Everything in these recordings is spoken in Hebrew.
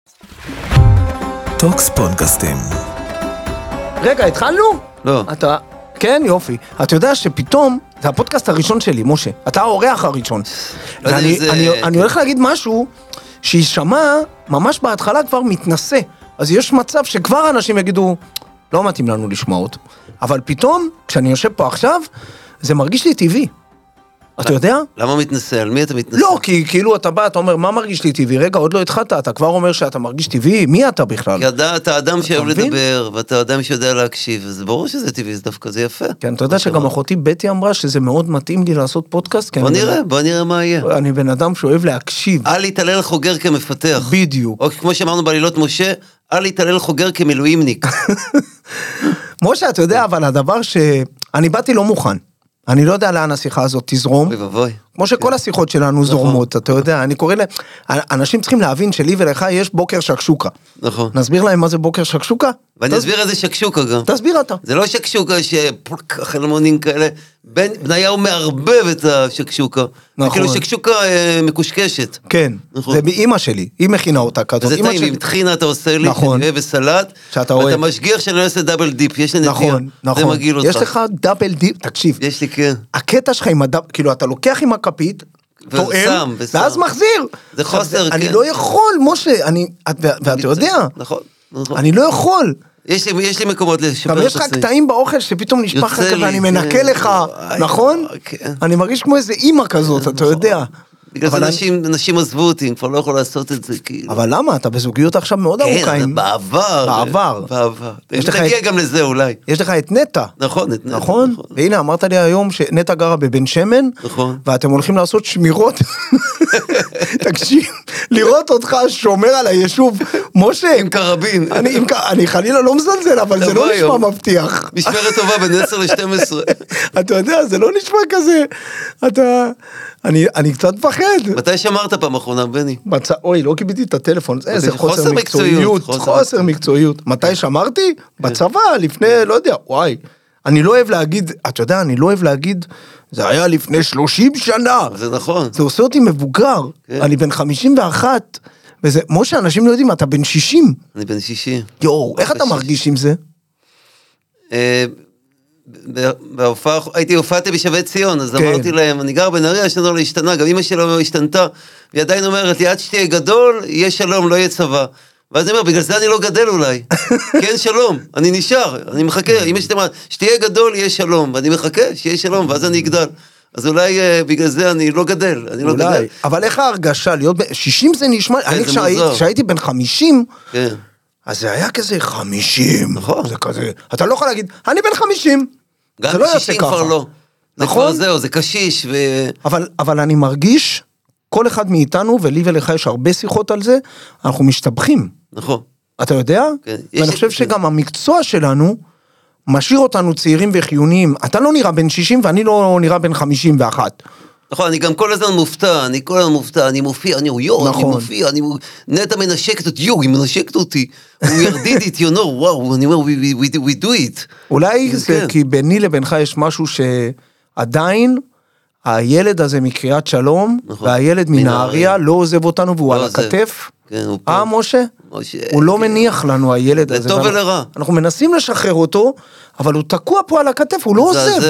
טוקס פודקאסטים. רגע, התחלנו? לא. אתה... כן, יופי. אתה יודע שפתאום, זה הפודקאסט הראשון שלי, משה. אתה האורח הראשון. אני הולך להגיד משהו שישמע ממש בהתחלה כבר מתנסה. אז יש מצב שכבר אנשים יגידו, לא מתאים לנו לשמוע אותו. אבל פתאום, כשאני יושב פה עכשיו, זה מרגיש לי טבעי. אתה יודע? למה מתנסה? על מי אתה מתנסה? לא, כי כאילו אתה בא, אתה אומר, מה מרגיש לי טבעי? רגע, עוד לא התחלת, אתה כבר אומר שאתה מרגיש טבעי? מי אתה בכלל? כי אתה אדם שאוהב לדבר, ואתה אדם שיודע להקשיב, אז ברור שזה טבעי, זה דווקא, זה יפה. כן, אתה יודע שגם אחותי בטי אמרה שזה מאוד מתאים לי לעשות פודקאסט. בוא נראה מה יהיה. אני בן אדם שאוהב להקשיב. אל להתעלל חוגר כמפתח. בדיוק. או כמו שאמרנו בעלילות משה, אל להתעלל חוגר כמילואימניק. משה, אתה יודע, אבל הדבר אני באתי לא מוכן. אני לא יודע לאן השיחה הזאת תזרום. אוי ובוי. כמו שכל השיחות שלנו זורמות, אתה יודע, אני קורא אנשים צריכים להבין שלי ולך יש בוקר שקשוקה. נכון. נסביר להם מה זה בוקר שקשוקה? ואני אסביר איזה שקשוקה גם. תסביר אתה. זה לא שקשוקה חלמונים כאלה, בניהו מערבב את השקשוקה. נכון. כאילו שקשוקה מקושקשת. כן, זה באמא שלי, היא מכינה אותה כזאת. זה טעים, עם תחינה אתה עושה לי, נכון. וסלט, שאתה אוהב. ואתה משגיח שאני לא אעשה דאבל דיפ, יש לי נטייה. נכון, נכון. זה מגיל אותך. יש לך דאבל דיפ, תקשיב. יש לי, כן. הקטע שלך עם הדאבל, כאילו אתה לוקח עם הכפית, טועם, ואז מחזיר. זה חוסר, כן. אני לא יכול, משה, ואתה יודע. נכון, נכון. אני לא יכול. יש לי מקומות לשפר את גם יש לך קטעים באוכל שפתאום נשפך לך ואני מנקה לך, נכון? אני מרגיש כמו איזה אימא כזאת, אתה יודע. בגלל זה אנשים עזבו אותי, הם כבר לא יכול לעשות את זה. אבל למה? אתה בזוגיות עכשיו מאוד ארוכה. כן, בעבר. תגיע גם לזה אולי. יש לך את נטע. נכון, את נטע. נכון? והנה, אמרת לי היום שנטע גרה בבן שמן, ואתם הולכים לעשות שמירות. תקשיב, לראות אותך שומר על היישוב, משה. עם קרבין. אני חלילה לא מזלזל, אבל זה לא נשמע מבטיח. משמרת טובה בין 10 ל-12. אתה יודע, זה לא נשמע כזה. אני קצת מפחד. מתי שמרת פעם אחרונה, בני? אוי, לא קיבלתי את הטלפון. איזה חוסר מקצועיות. חוסר מקצועיות. מתי שמרתי? בצבא, לפני, לא יודע, וואי. אני לא אוהב להגיד, אתה יודע, אני לא אוהב להגיד, זה היה לפני 30 שנה. זה נכון. זה עושה אותי מבוגר. אני בן 51, וזה, משה, אנשים לא יודעים, אתה בן 60. אני בן 60. יואו, איך אתה מרגיש עם זה? הופעתי בשבי ציון, אז אמרתי להם, אני גר בנהריה, שלא השתנה, גם אמא שלו השתנתה, והיא עדיין אומרת לי, עד שתהיה גדול, יהיה שלום, לא יהיה צבא. ואז אני אומר, בגלל זה אני לא גדל אולי. כן, שלום, אני נשאר, אני מחכה, אמא שלי אומרת, שתהיה גדול, יהיה שלום, ואני מחכה, שיהיה שלום, ואז אני אגדל. אז אולי בגלל זה אני לא גדל, אולי, אבל איך ההרגשה להיות, 60 זה נשמע, אני כשהייתי בן 50, אז זה היה כזה 50, זה כזה, אתה לא יכול להגיד, אני בן 50, גם ב-60 כבר לא, נכון? זהו, זה קשיש, אבל אני מרגיש, כל אחד מאיתנו, ולי ולך יש הרבה שיחות על זה, אנחנו משתבחים. נכון. אתה יודע? ואני חושב שגם המקצוע שלנו, משאיר אותנו צעירים וחיוניים. אתה לא נראה בן 60 ואני לא נראה בן 51. נכון, אני גם כל הזמן מופתע, אני מופיע, אני מופיע, נטע מנשקת אותי, היא מנשקת אותי, הוא ירדיד איתי, וואו, אני אומר, we do it. אולי זה כי ביני לבינך יש משהו שעדיין, הילד הזה מקריאת שלום, והילד מנהריה לא עוזב אותנו, והוא על הכתף. משה? הוא לא מניח לנו הילד הזה. לטוב ולרע. אנחנו מנסים לשחרר אותו, אבל הוא תקוע פה על הכתף, הוא לא עוזב.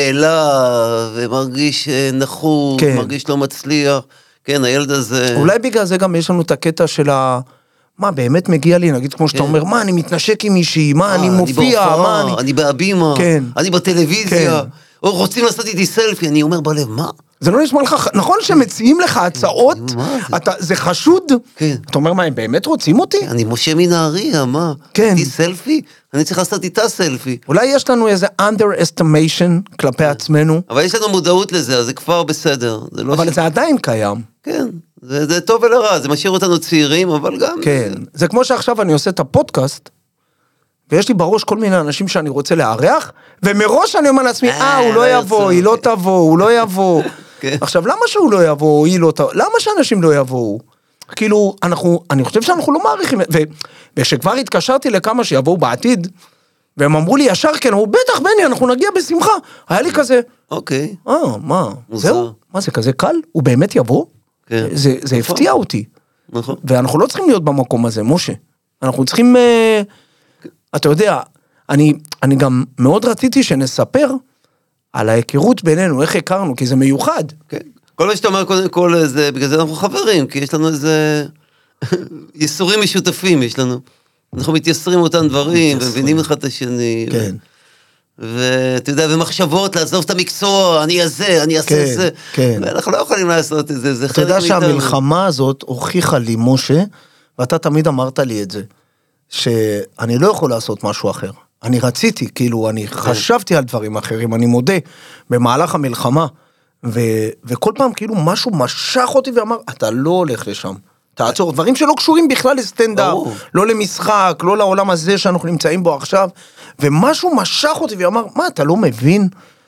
נעלה, ומרגיש נחות, מרגיש לא מצליח. כן, הילד הזה... אולי בגלל זה גם יש לנו את הקטע של מה באמת מגיע לי, נגיד כמו שאתה אומר, מה אני מתנשק עם מישהי, מה אני מופיע, אני בהבימה, אני בטלוויזיה, או רוצים לעשות איתי סלפי, אני אומר בלב, מה? זה לא נשמע לך, נכון שמציעים לך הצעות, זה חשוד? כן. אתה אומר מה, הם באמת רוצים אותי? אני משה מנהריה, מה? כן. איתי סלפי? אני צריך לעשות איתה סלפי. אולי יש לנו איזה underestimation כלפי עצמנו. אבל יש לנו מודעות לזה, אז זה כבר בסדר. אבל זה עדיין קיים. כן, זה טוב ולרע, זה משאיר אותנו צעירים, אבל גם... כן, זה כמו שעכשיו אני עושה את הפודקאסט, ויש לי בראש כל מיני אנשים שאני רוצה לארח, ומראש אני אומר לעצמי, הוא לא יבוא, היא לא תבוא, הוא לא יבוא. עכשיו, למה שהוא לא יבוא, היא לא תבוא? למה שאנשים לא יבואו? כאילו, אני חושב שאנחנו לא מעריכים, ושכבר התקשרתי לכמה שיבואו בעתיד, והם אמרו לי ישר, כן, הוא בטח בני, אנחנו נגיע בשמחה. היה לי כזה, אוקיי. מה? זהו? מה, זה כזה קל? הוא באמת יבוא? זה הפתיע אותי. נכון. ואנחנו לא צריכים להיות במקום הזה, משה. אנחנו צריכים, אתה יודע, אני גם מאוד רציתי שנספר על ההיכרות בינינו, איך הכרנו, כי זה מיוחד. כן. כל מה שאתה אומר, קודם כל, זה, בגלל זה אנחנו חברים, כי יש לנו איזה ייסורים משותפים, יש לנו. אנחנו מתייסרים אותם דברים, ומבינים אחד את השני. כן. ואתה יודע, ומחשבות, לעזוב את המקצוע, אני אעשה את זה. כן. ואנחנו לא יכולים לעשות את זה, זה אתה חלק יודע מאיתנו. שהמלחמה הזאת הוכיחה לי, משה, ואתה תמיד אמרת לי את זה, שאני לא יכול לעשות משהו אחר. אני רציתי, כאילו, אני חשבתי על דברים אחרים, אני מודה, במהלך המלחמה, וכל פעם כאילו משהו משך אותי ואמר, אתה לא הולך לשם. תעצור, דברים שלא קשורים בכלל לסטנדאפ, לא למשחק, לא לעולם הזה שאנחנו נמצאים בו עכשיו, ומשהו משך אותי ואמר, מה, אתה לא מבין?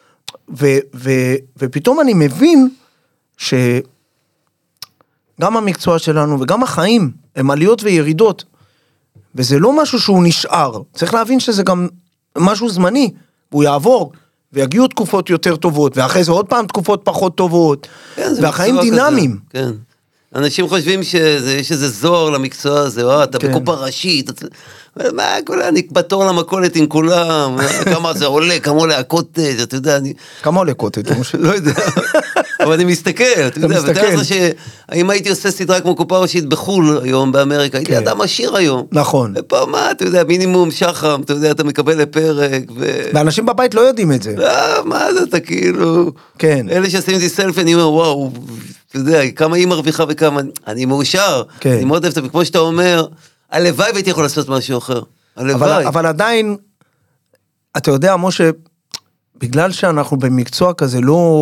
ופתאום אני מבין שגם המקצוע שלנו וגם החיים הם עליות וירידות, וזה לא משהו שהוא נשאר, צריך להבין שזה גם משהו זמני, והוא יעבור, ויגיעו תקופות יותר טובות, ואחרי זה עוד פעם תקופות פחות טובות, והחיים דינמיים. כן. אנשים חושבים שיש איזה זוהר למקצוע הזה, אתה בקופה ראשית, מה, אני בתור למכולת עם כולם, כמה זה עולה, כמה עולה הקוטג', אתה יודע, כמה עולה קוטג'? לא יודע, אבל אני מסתכל, אתה יודע, ותראה לך שאם הייתי עושה סדרה כמו קופה ראשית בחול היום, באמריקה, הייתי אדם עשיר היום. נכון. ופה מה, אתה יודע, מינימום שחם, אתה יודע, אתה מקבל לפרק, ואנשים בבית לא יודעים את זה. מה זה, אתה כאילו, אלה שעושים לי סלפי, אני אומר, וואו, אתה יודע, כמה היא מרוויחה וכמה, אני מאושר, אני מאוד אוהב, וכמו שאתה אומר, הלוואי והייתי יכול לעשות משהו אחר, הלוואי. אבל עדיין, אתה יודע, משה, בגלל שאנחנו במקצוע כזה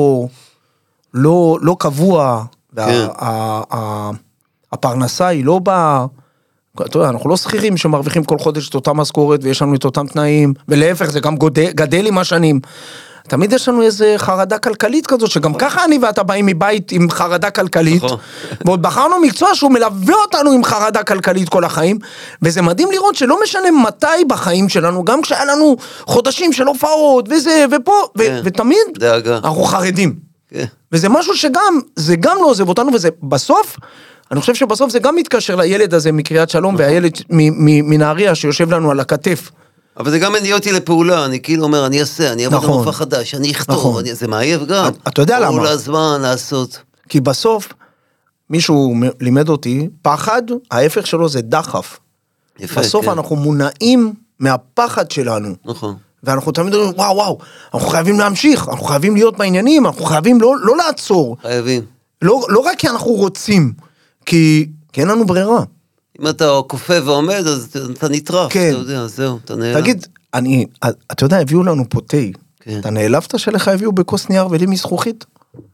לא קבוע, הפרנסה היא לא באה, אתה יודע, אנחנו לא שכירים שמרוויחים כל חודש את אותה משכורת, ויש לנו את אותם תנאים, ולהפך זה גם גדל עם השנים, תמיד יש לנו איזה חרדה כלכלית כזאת, שגם ככה אני ואתה באים מבית עם חרדה כלכלית, ועוד בחרנו מקצוע שהוא מלווה אותנו עם חרדה כלכלית כל החיים, וזה מדהים לראות שלא משנה מתי בחיים שלנו, גם כשהיה לנו חודשים של הופעות, וזה, ופה, ותמיד אנחנו חרדים. וזה משהו שגם, זה גם לא עוזב אותנו, וזה בסוף, אני חושב שבסוף זה גם מתקשר לילד הזה מקריית שלום, והילד מנהריה שיושב לנו על הכתף, אבל זה גם מניע אותי לפעולה, אני כאילו אומר, אני אעשה, אני אעבוד במופע חדש, אני אכתוב, זה מעייב גם. אתה יודע למה? כל הזמן לעשות. כי בסוף, מישהו לימד אותי, פחד, ההפך שלו זה דחף. בסוף אנחנו מונעים מהפחד שלנו. נכון. ואנחנו תמיד אומרים, וואו, אנחנו חייבים להמשיך, אנחנו חייבים להיות בעניינים, אנחנו חייבים לא לעצור. חייבים. לא רק כי אנחנו רוצים, כי אין לנו ברירה. אם אתה כופה ועומד, אז אתה נטרף, אתה יודע, זהו, אתה נעלב. תגיד, אתה יודע, הביאו לנו פה תה, אתה נעלבת שלך הביאו בכוס נייר ולי מזכוכית?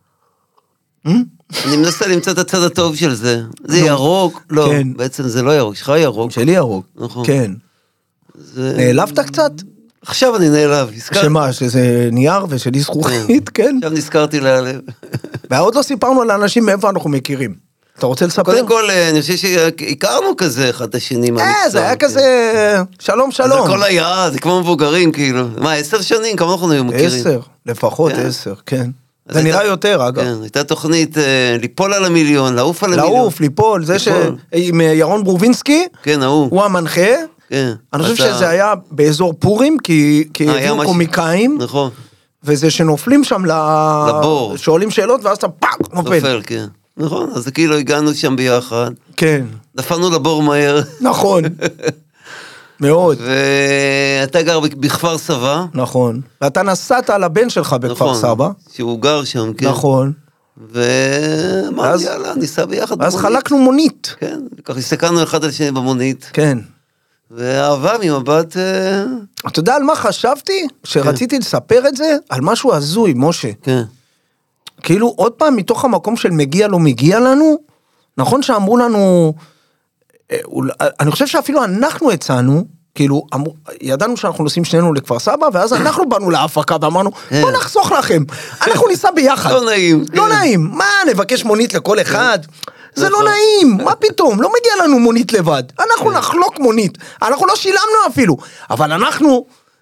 אני מנסה למצוא את הצד הטוב של זה. זה ירוק? לא, בעצם זה לא ירוק, שלך ירוק. שלי ירוק, כן. נעלבת קצת? עכשיו אני נעלב, הזכרתי. שמה, שזה נייר ושלי זכוכית, כן. עכשיו נזכרתי להעלב. ועוד לא סיפרנו על האנשים מאיפה אנחנו מכירים. אתה רוצה לספר? קודם כל, אני חושב שהכרנו כזה אחד השני מהמקצוע. זה היה כזה, שלום. זה הכל היה, זה כמו מבוגרים, כאילו. מה, 10 שנים? כמה אנחנו היו מכירים? 10, לפחות 10, כן. זה נראה יותר, אגב. כן, הייתה תוכנית ליפול על המיליון, לעוף על המיליון. לעוף, ליפול, זה עם ירון ברובינסקי, כן, הוא המנחה. אני חושב שזה היה באזור פורים, כי הביאו קומיקאים. נכון. וזה שנופלים שם לבור. שואלים שאלות, ואז אתה פאק, נופל. כן. נכון, אז כאילו הגענו שם ביחד. כן. דפנו לבור מהר. נכון. מאוד. ואתה גר בכפר סבא. נכון. ואתה נסעת על הבן שלך בכפר סבא. שהוא גר שם, כן. נכון. ואמרתי, יאללה, ניסע ביחד במונית. אז חלקנו מונית. כן, ככה הסתכלנו אחד על שני במונית. כן. ואהבה ממבט... אתה יודע על מה חשבתי? שרציתי לספר את זה? על משהו הזוי, משה. כן. כאילו עוד פעם מתוך המקום של מגיע לא מגיע לנו, נכון שאמרו לנו, אני חושב שאפילו אנחנו הצענו, כאילו ידענו שאנחנו נוסעים שנינו לכפר סבא, ואז אנחנו באנו להפקה ואמרנו, בוא נחסוך לכם, אנחנו ניסע ביחד. לא נעים. לא נעים, מה נבקש מונית לכל אחד? זה לא נעים, מה פתאום, לא מגיע לנו מונית לבד, אנחנו נחלוק מונית, אנחנו לא שילמנו אפילו, אבל אנחנו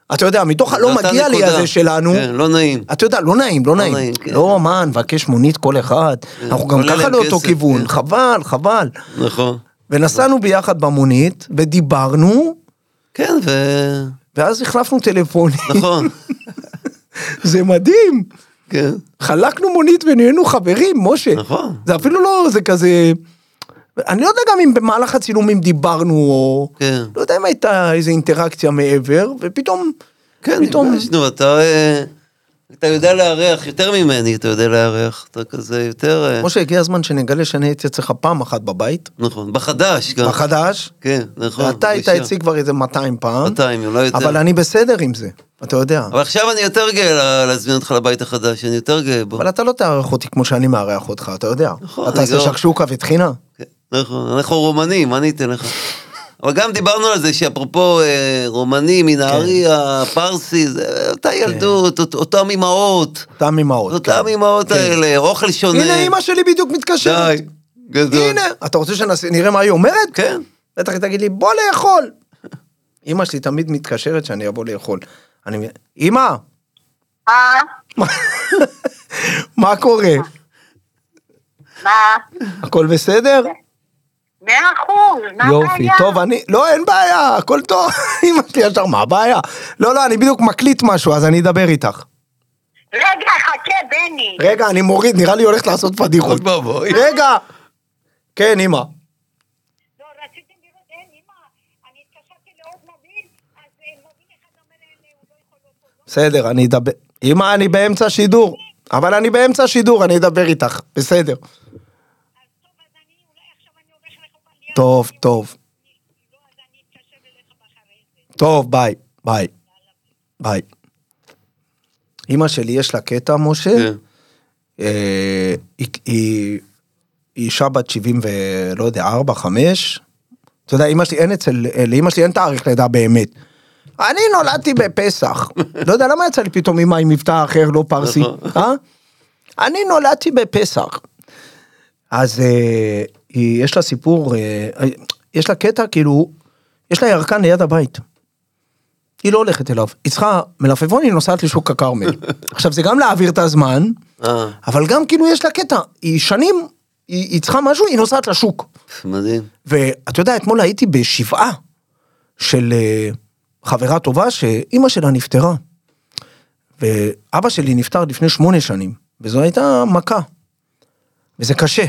אתה יודע, מתוך הלא מגיע לי הזה שלנו, כן, לא נעים. אתה יודע, לא נעים. כן. לא, מה, נבקש מונית כל אחד, אנחנו גם ככה לאותו כיוון, כן. חבל. נכון. ונסענו ביחד במונית, ודיברנו, כן, ואז החלפנו טלפונים. נכון. זה מדהים. כן. חלקנו מונית ונהיינו חברים, משה. נכון. זה אפילו לא, זה כזה... אני לא יודע גם אם במהלך הצילומים דיברנו, או... כן. לא יודע אם הייתה איזו אינטראקציה מעבר, ופתאום... כן, נפגשנו, אתה יודע לארח יותר ממני, אתה יודע לארח, אתה כזה יותר... משה, הגיע הזמן שנגלה שאני הייתי אצלך פעם אחת בבית. נכון, בחדש גם. בחדש. כן, נכון. ואתה היית אצלי כבר איזה 200 פעם. 200, לא יותר. אבל אני בסדר עם זה, אתה יודע. אבל עכשיו אני יותר גאה להזמין אותך לבית החדש, אני יותר גאה בו. אבל אתה לא תארח אותי כמו שאני מארח אותך, אתה יודע. נכון. אתה עושה שקשוקה וטחינה. נכון, אנחנו רומנים, מה אני אתן לך? אבל גם דיברנו על זה שאפרופו רומני, מנהריה, פרסי, זה אותה ילדות, אותם אמהות. אותם אמהות. אותם אמהות האלה, אוכל שונה. הנה אמא שלי בדיוק מתקשרת. די, גדול. הנה, אתה רוצה שנראה מה היא אומרת? כן. בטח היא תגיד לי, בוא לאכול. אמא שלי תמיד מתקשרת שאני אבוא לאכול. אמא. מה קורה? מה? הכל בסדר? 100%, מה הבעיה? יופי, טוב, לא, אין בעיה, הכל טוב. אמא שלי ישר, מה הבעיה? לא, אני בדיוק מקליט משהו, אז אני אדבר איתך. רגע, חכה, בני. רגע, אני מוריד, נראה לי הולכת לעשות פדיחות. רגע. כן, אמא. לא, רציתם לראות, אין, אמא, אני התקשרתי לעוד מוביל, אז מוביל אחד אומר אלה, הוא לא יכול להיות פה. בסדר, אני אדבר. אמא, אני באמצע שידור. אבל אני באמצע שידור, אני אדבר איתך. בסדר. טוב. טוב, ביי. אמא שלי יש לה קטע, משה. היא אישה בת 70 ולא יודע, 4, 5. אתה יודע, לאמא שלי אין תאריך לידה באמת. אני נולדתי בפסח. לא יודע, למה יצא לי פתאום אמא עם מבטא אחר, לא פרסי? אני נולדתי בפסח. אז יש לה סיפור, יש לה קטע, כאילו, יש לה ירקן ליד הבית. היא לא הולכת אליו. היא צריכה מלפפון, היא נוסעת לשוק הכרמל. עכשיו, זה גם להעביר את הזמן, אבל גם כאילו יש לה קטע. היא שנים, היא צריכה משהו, היא נוסעת לשוק. מדהים. ואתה יודע, אתמול הייתי בשבעה של חברה טובה, שאמא שלה נפטרה. ואבא שלי נפטר לפני 8 שנים, וזו הייתה מכה. וזה קשה.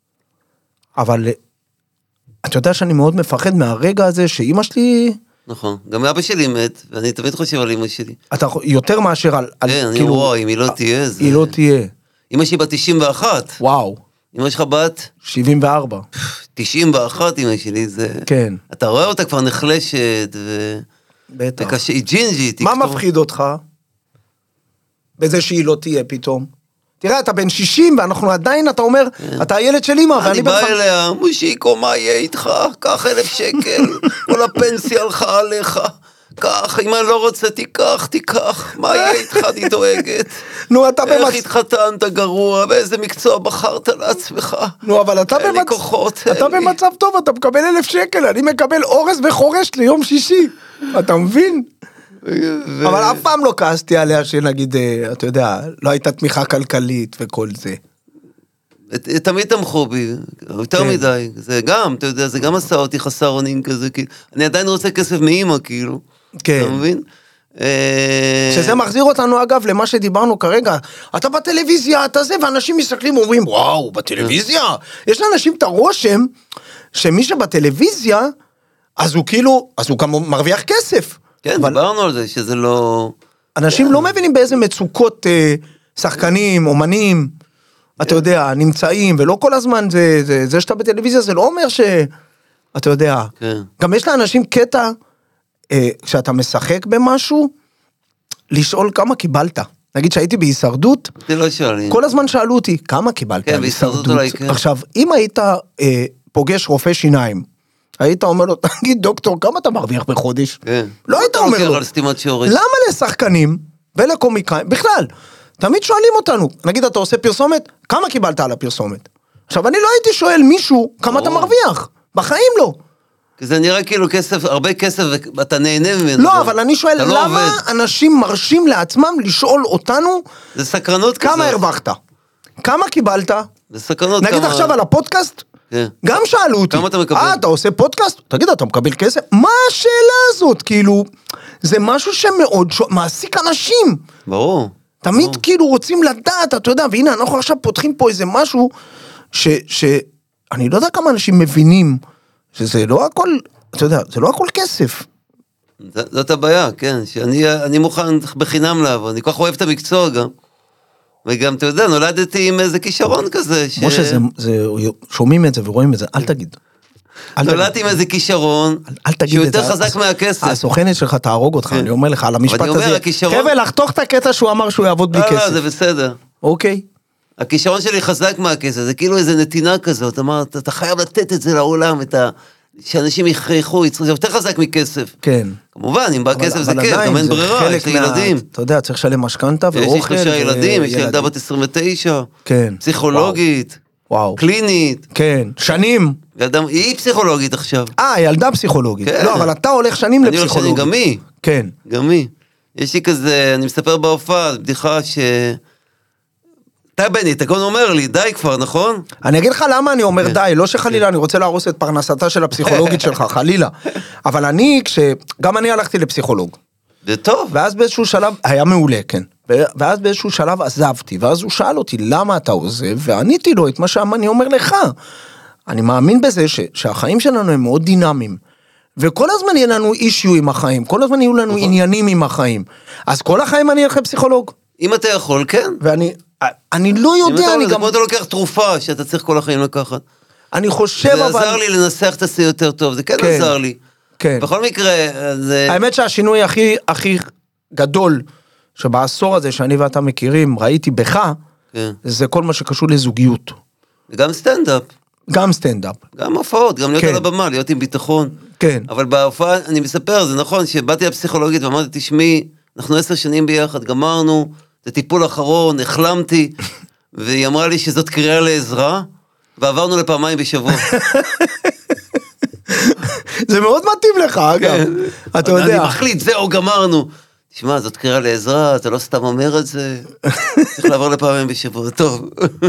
אבל אתה יודע שאני מאוד מפחד מהרגע הזה שאמא שלי... נכון, גם אבא שלי מת, ואני תמיד חושב על אמא שלי. אתה יותר מאשר על... כן, אני רואה, אם היא לא תהיה, זה... היא לא תהיה. אמא שלי בת 91. וואו. אמא שלך בת? 74. 91 אמא שלי, זה... כן. אתה רואה אותה כבר נחלשת, בטח. וקשה, היא ג'ינג'ית. מה מפחיד אותך? בזה שהיא לא תהיה פתאום? תראה, אתה בן 60, ואנחנו עדיין, אתה אומר, אתה הילד של אמא, אני בא אליה, מושיקו, מה יהיה איתך? קח 1,000 שקל, כל הפנסיה הלכה עליך. קח, אם אני לא רוצה, תיקח, מה יהיה איתך, אני דואגת. נו, אתה איך התחתנת גרוע, ואיזה מקצוע בחרת לעצמך. נו, אבל אתה במצב טוב, אתה מקבל 1,000 שקל, אני מקבל אורז וחורש ליום שישי. אתה מבין? אבל אף פעם לא כעסתי עליה שנגיד, אתה יודע, לא הייתה תמיכה כלכלית וכל זה. תמיד תמכו בי, יותר מדי. זה גם, אתה יודע, זה גם עשה אותי חסר אונים כזה, אני עדיין רוצה כסף מאמא, כאילו. כן. אתה מבין? שזה מחזיר אותנו אגב למה שדיברנו כרגע, אתה בטלוויזיה, אתה זה, ואנשים מסתכלים ואומרים, וואו, בטלוויזיה? יש לאנשים את הרושם, שמי שבטלוויזיה, אז הוא כאילו, אז הוא גם מרוויח כסף. כן, דיברנו על זה, שזה לא... אנשים לא מבינים באיזה מצוקות שחקנים, אומנים, אתה יודע, נמצאים, ולא כל הזמן זה שאתה בטלוויזיה, זה לא אומר אתה יודע, גם יש לאנשים קטע, כשאתה משחק במשהו, לשאול כמה קיבלת. נגיד שהייתי בהישרדות, כל הזמן שאלו אותי, כמה קיבלת בהישרדות? עכשיו, אם היית פוגש רופא שיניים, היית אומר לו, תגיד דוקטור, כמה אתה מרוויח בחודש? לא היית אומר לו. למה לשחקנים ולקומיקאים, בכלל, תמיד שואלים אותנו, נגיד אתה עושה פרסומת, כמה קיבלת על הפרסומת? עכשיו, אני לא הייתי שואל מישהו, כמה אתה מרוויח? בחיים לא. כי זה נראה כאילו כסף, הרבה כסף, ואתה נהנה ממנו. לא, אבל אני שואל, לא למה עובד. אנשים מרשים לעצמם לשאול אותנו, זה סקרנות כזאת. כמה הרווחת? כמה קיבלת? זה סקרנות נגיד כמה... עכשיו על הפודקאסט, כן. גם שאלו אותי, כמה אתה מקבל? אתה עושה פודקאסט? תגיד, אתה מקבל כסף? מה השאלה הזאת? כאילו, זה משהו שמאוד מעסיק אנשים. ברור. תמיד כאילו רוצים לדעת, אתה יודע, והנה אנחנו עכשיו פותחים פה איזה משהו, שאני לא יודע כמה אנשים מבינים, שזה לא הכל, אתה יודע, זה לא הכל כסף. זאת הבעיה, כן, שאני מוכן בחינם לעבוד, אני כל כך אוהב את המקצוע גם, וגם, אתה יודע, נולדתי עם איזה כישרון כזה. משה, שומעים את זה ורואים את זה, אל תגיד. נולדתי עם איזה כישרון, שהוא יותר חזק מהכסף. הסוכנת שלך תהרוג אותך, אני אומר לך, על המשפט הזה. חבר'ה, לחתוך את הקטע שהוא אמר שהוא יעבוד בלי כסף. לא, זה בסדר. אוקיי. הכישרון שלי חזק מהכסף, זה כאילו איזה נתינה כזאת, אמרת, אתה חייב לתת את זה לעולם, שאנשים יכריחו, זה יותר חזק מכסף. כן. כמובן, אם בא כסף זה כן, גם אין ברירה, יש לי ילדים. אתה יודע, צריך לשלם משכנתה ואוכל. יש לי 3 ילדים, יש לי ילדה בת 29, כן. פסיכולוגית, וואו. קלינית. כן, שנים. היא פסיכולוגית עכשיו. ילדה פסיכולוגית. כן. לא, אבל אתה הולך שנים לפסיכולוגית. אני הולך שנים, גם היא. כן. גם היא. יש לי כזה, אני מספר בהופעה, בדיחה אתה בני, אתה כאן אומר לי, די כבר, נכון? אני אגיד לך למה אני אומר די, לא שחלילה אני רוצה להרוס את פרנסתה של הפסיכולוגית שלך, חלילה. אבל גם אני הלכתי לפסיכולוג. זה טוב. ואז באיזשהו שלב, היה מעולה, כן. ואז באיזשהו שלב עזבתי, ואז הוא שאל אותי, למה אתה עוזב? ועניתי לו את מה שאני אומר לך. אני מאמין בזה שהחיים שלנו הם מאוד דינמיים. וכל הזמן יהיה לנו אישיו עם החיים, כל הזמן יהיו לנו עניינים עם החיים. אז כל החיים אני אלך לפסיכולוג. אם אתה יכול, כן. אני לא יודע, אני גם... זה כמו אתה לוקח תרופה שאתה צריך כל החיים לקחת. אני חושב זה עזר לי לנסח את זה יותר טוב, זה כן עזר לי. כן. בכל מקרה, זה... האמת שהשינוי הכי גדול, שבעשור הזה שאני ואתה מכירים, ראיתי בך, זה כל מה שקשור לזוגיות. וגם סטנדאפ. גם סטנדאפ. גם הופעות, גם להיות על הבמה, להיות עם ביטחון. כן. אבל בהופעה, אני מספר, זה נכון, שבאתי לפסיכולוגית ואמרתי, תשמעי, אנחנו 10 שנים ביחד, גמרנו, זה טיפול אחרון, החלמתי, והיא אמרה לי שזאת קריאה לעזרה, ועברנו לפעמיים בשבוע. זה מאוד מתאים לך, אגב. אתה יודע. אני מחליט, זהו, גמרנו. תשמע, זאת קריאה לעזרה, אתה לא סתם אומר את זה, צריך לעבור לפעמיים בשבוע, טוב.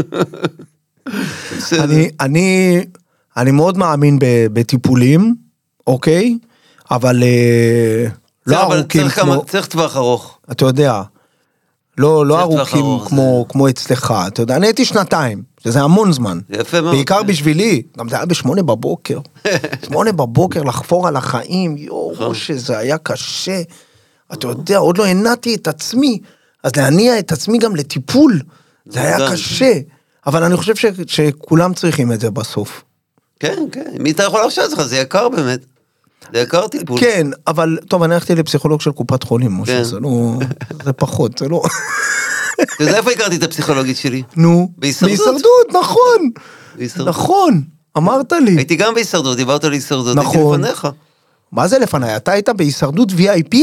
אני מאוד מאמין בטיפולים, אוקיי? אבל לא ארוכים כמו... צריך טווח ארוך. אתה יודע, לא ארוכים כמו אצלך, אתה יודע, אני הייתי 2, שזה המון זמן. יפה מאוד. בעיקר בשבילי, גם זה היה ב8 בבוקר. 8 בבוקר לחפור על החיים, יואו, שזה היה קשה. אתה יודע, עוד לא הנעתי את עצמי, אז להניע את עצמי גם לטיפול, זה היה קשה. אבל אני חושב שכולם צריכים את זה בסוף. כן, כן, מי אתה יכול לחשוב לך, זה יקר באמת. זה יקר טיפול. כן, אבל, טוב, אני הלכתי לפסיכולוג של קופת חולים, משה, זה לא, זה פחות, זה לא... אתה יודע איפה הכרתי את הפסיכולוגית שלי? נו, בהישרדות, נכון, נכון, אמרת לי. הייתי גם בהישרדות, דיברת על הישרדות, הייתי לפניך. מה זה לפניי? אתה היית בהישרדות VIP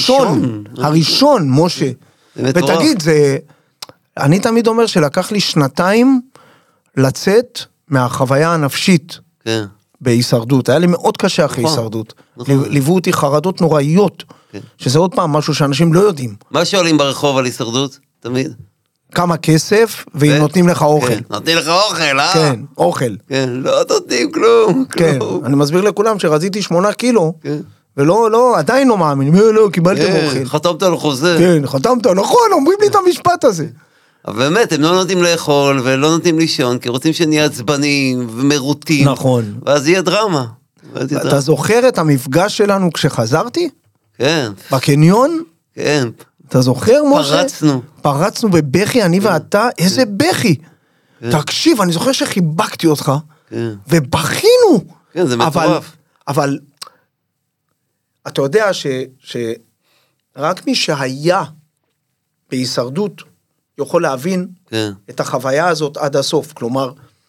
הראשון, משה. ותגיד, אני תמיד אומר שלקח לי 2 לצאת מהחוויה הנפשית. כן. בהישרדות, היה לי מאוד קשה אחרי הישרדות, ליוו אותי חרדות נוראיות, שזה עוד פעם משהו שאנשים לא יודעים. מה שואלים ברחוב על הישרדות? תמיד? כמה כסף, ואם נותנים לך אוכל. נותנים לך אוכל, כן, אוכל. כן, לא נותנים כלום. כן, אני מסביר לכולם שרזיתי 8 קילו, ולא, עדיין לא מאמין, לא, קיבלתם אוכל. חתמת על חוזה. כן, חתמת, נכון, אומרים לי את המשפט הזה. אבל באמת, הם לא נותנים לאכול, ולא נותנים לישון, כי רוצים שנהיה עצבנים ומרוטים. נכון. ואז יהיה דרמה. אתה זוכר את המפגש שלנו כשחזרתי? כן. בקניון? כן. אתה זוכר, משה? פרצנו בבכי, אני ואתה, איזה בכי. תקשיב, אני זוכר שחיבקתי אותך, ובכינו. כן, זה מטורף. אבל, אתה יודע שרק מי שהיה בהישרדות, יכול להבין את החוויה הזאת עד הסוף. כלומר,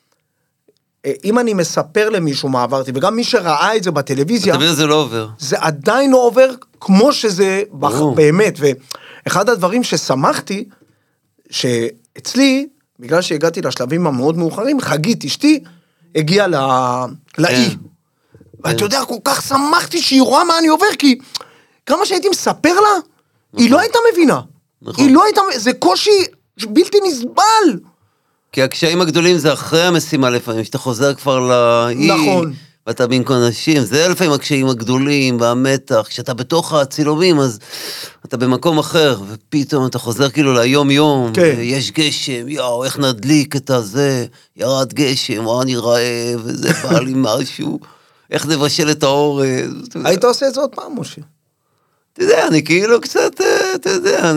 אם אני מספר למישהו מה עברתי, וגם מי שראה את זה בטלוויזיה, זה לא עובר. זה עדיין לא עובר כמו שזה באמת. ואחד הדברים ששמחתי, שאצלי, בגלל שהגעתי לשלבים המאוד מאוחרים, חגית אשתי, הגיעה לאי. ואתה יודע, כל כך שמחתי שהיא רואה מה אני עובר, כי כמה שהייתי מספר לה, היא לא הייתה מבינה. היא לא הייתה, זה קושי בלתי נסבל. כי הקשיים הגדולים זה אחרי המשימה לפעמים, שאתה חוזר כבר לאי, נכון. ואתה במקום אנשים, זה לפעמים הקשיים הגדולים, והמתח, כשאתה בתוך הצילומים, אז אתה במקום אחר, ופתאום אתה חוזר כאילו ליום יום, כן. יש גשם, יאו, איך נדליק את הזה, ירד גשם, אני רעב, וזה בא לי משהו, איך נבשל את האורז. היית עושה את זה עוד פעם, משה? אתה יודע, אני כאילו קצת, אתה יודע,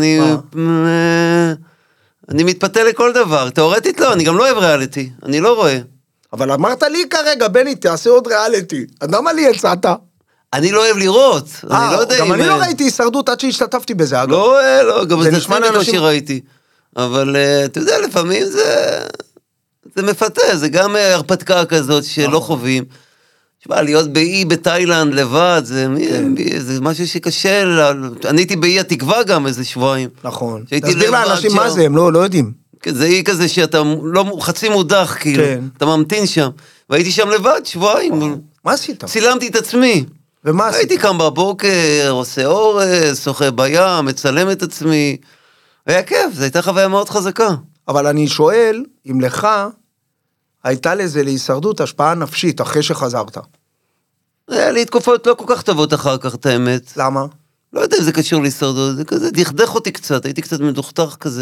אני מתפתה לכל דבר, תיאורטית לא, אני גם לא אוהב ריאליטי, אני לא רואה. אבל אמרת לי כרגע, בני, תעשה עוד ריאליטי. אז למה לי הצעת? אני לא אוהב לראות, אני לא יודע גם אם... אני לא ראיתי הישרדות עד שהשתתפתי בזה, אגב. לא, גם זה נשמע נשמע לאנשים... שראיתי. אבל אתה יודע, לפעמים זה מפתה, זה גם הרפתקה כזאת שלא חווים. תשמע, להיות באי בתאילנד לבד, זה משהו שקשה, אני הייתי באי התקווה גם איזה שבועיים. נכון. תסביר לאנשים מה זה, הם לא יודעים. זה אי כזה שאתה לא חצי מודח, כאילו, אתה ממתין שם. והייתי שם לבד שבועיים. מה עשית? צילמתי את עצמי. ומה עשית? הייתי קם בבוקר, עושה אורז, שוחה בים, מצלם את עצמי. היה כיף, זו הייתה חוויה מאוד חזקה. אבל אני שואל, אם לך הייתה לזה להישרדות השפעה נפשית אחרי שחזרת. היה לי תקופות לא כל כך טובות אחר כך, את האמת. למה? לא יודע אם זה קשור להישרדות, זה כזה, דכדך אותי קצת, הייתי קצת מדוכתך כזה.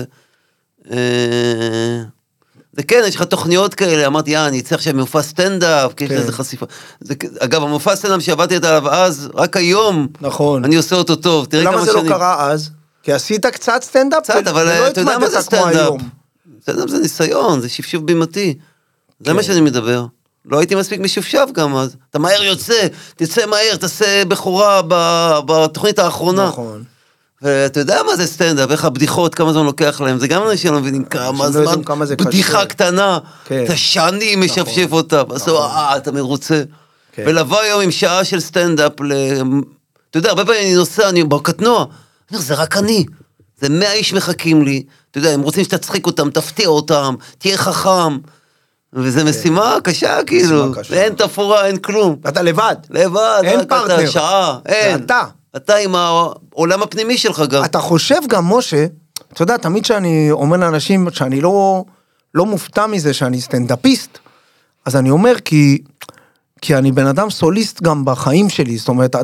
זה כן, יש לך תוכניות כאלה, אמרתי, אני צריך שם מופע סטנדאפ, כי יש לזה חשיפה. אגב, המופע סטנדאפ שעבדתי עליו אז, רק היום, נכון. אני עושה אותו טוב, תראה כמה שנים. למה זה לא קרה אז? כי עשית קצת סטנדאפ, קצת, אבל אתה יודע מה זה סטנדאפ? סטנדאפ זה ניסיון, זה שפשוף בימתי. זה מה שאני מדבר. לא הייתי מספיק משופשף גם אז. אתה מהר יוצא, תצא מהר, תעשה בחורה בתוכנית האחרונה. נכון. ואתה יודע מה זה סטנדאפ, איך הבדיחות, כמה זמן לוקח להם, זה גם אנשים לא מבינים כמה זמן, בדיחה קטנה, אתה שנים משפשף אותה, בסוף, אתה מרוצה. ולבוא היום עם שעה של סטנדאפ, אתה יודע, הרבה פעמים אני נוסע, אני בקטנוע, אני אומר, זה רק אני, זה 100 איש מחכים לי, אתה יודע, הם רוצים שתצחיק אותם, תפתיע אותם, תהיה חכם, וזו משימה קשה, כאילו, ואין תפורה, אין כלום. אתה לבד. לבד, אין פרטנר. שעה, אין. אתה עם העולם הפנימי שלך גם. אתה חושב גם, משה, אתה יודע, תמיד שאני אומר לאנשים שאני לא מופתע מזה שאני סטנדאפיסט, אז אני אומר כי אני בן אדם סוליסט גם בחיים שלי, זאת אומרת,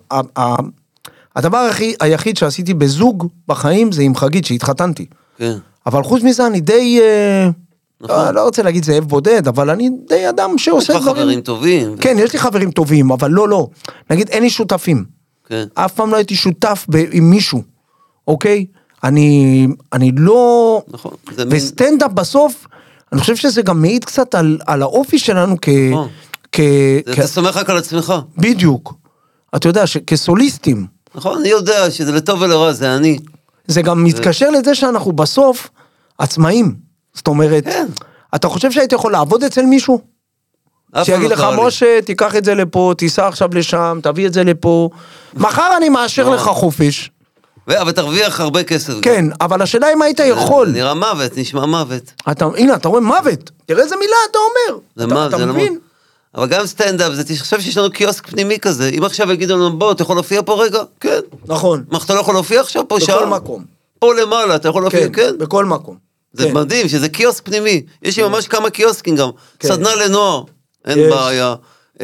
הדבר היחיד שעשיתי בזוג בחיים זה עם חגית שהתחתנתי. כן. אבל חוץ מזה אני די, לא רוצה להגיד זאב בודד, אבל אני די אדם שעושה דברים. יש לך חברים טובים. כן, יש לי חברים טובים, אבל לא. נגיד, אין לי שותפים. כן. אף פעם לא הייתי שותף עם מישהו, אוקיי? אני לא... נכון. וסטנדאפ בסוף, אני חושב שזה גם מעיד קצת על האופי שלנו אתה סומך רק על עצמך. בדיוק. אתה יודע, כסוליסטים. נכון, אני יודע שזה לטוב ולרע, זה אני. זה גם מתקשר לזה שאנחנו בסוף עצמאים. זאת אומרת, אתה חושב שהיית יכול לעבוד אצל מישהו? שיגיד לך, משה, תיקח את זה לפה, תיסע עכשיו לשם, תביא את זה לפה. מחר אני מאשר לך חופש. אבל תרוויח הרבה כסף. כן, אבל השאלה אם היית יכול. זה נראה מוות, נשמע מוות. הנה, אתה רואה מוות. תראה איזה מילה אתה אומר. אתה מבין? אבל גם סטנדאפ, אני חושב שיש לנו קיוסק פנימי כזה. אם עכשיו יגידו לנו, בוא, אתה יכול להופיע פה רגע? כן. נכון. מה, אתה לא יכול להופיע עכשיו פה שעה? בכל מקום. פה למעלה, אתה יכול להופיע, כן? בכל מקום. זה מדהים, שזה קיוסק פנימי. יש לי ממש כמה קיוסקים גם. סדנה לנוער, אין בעיה.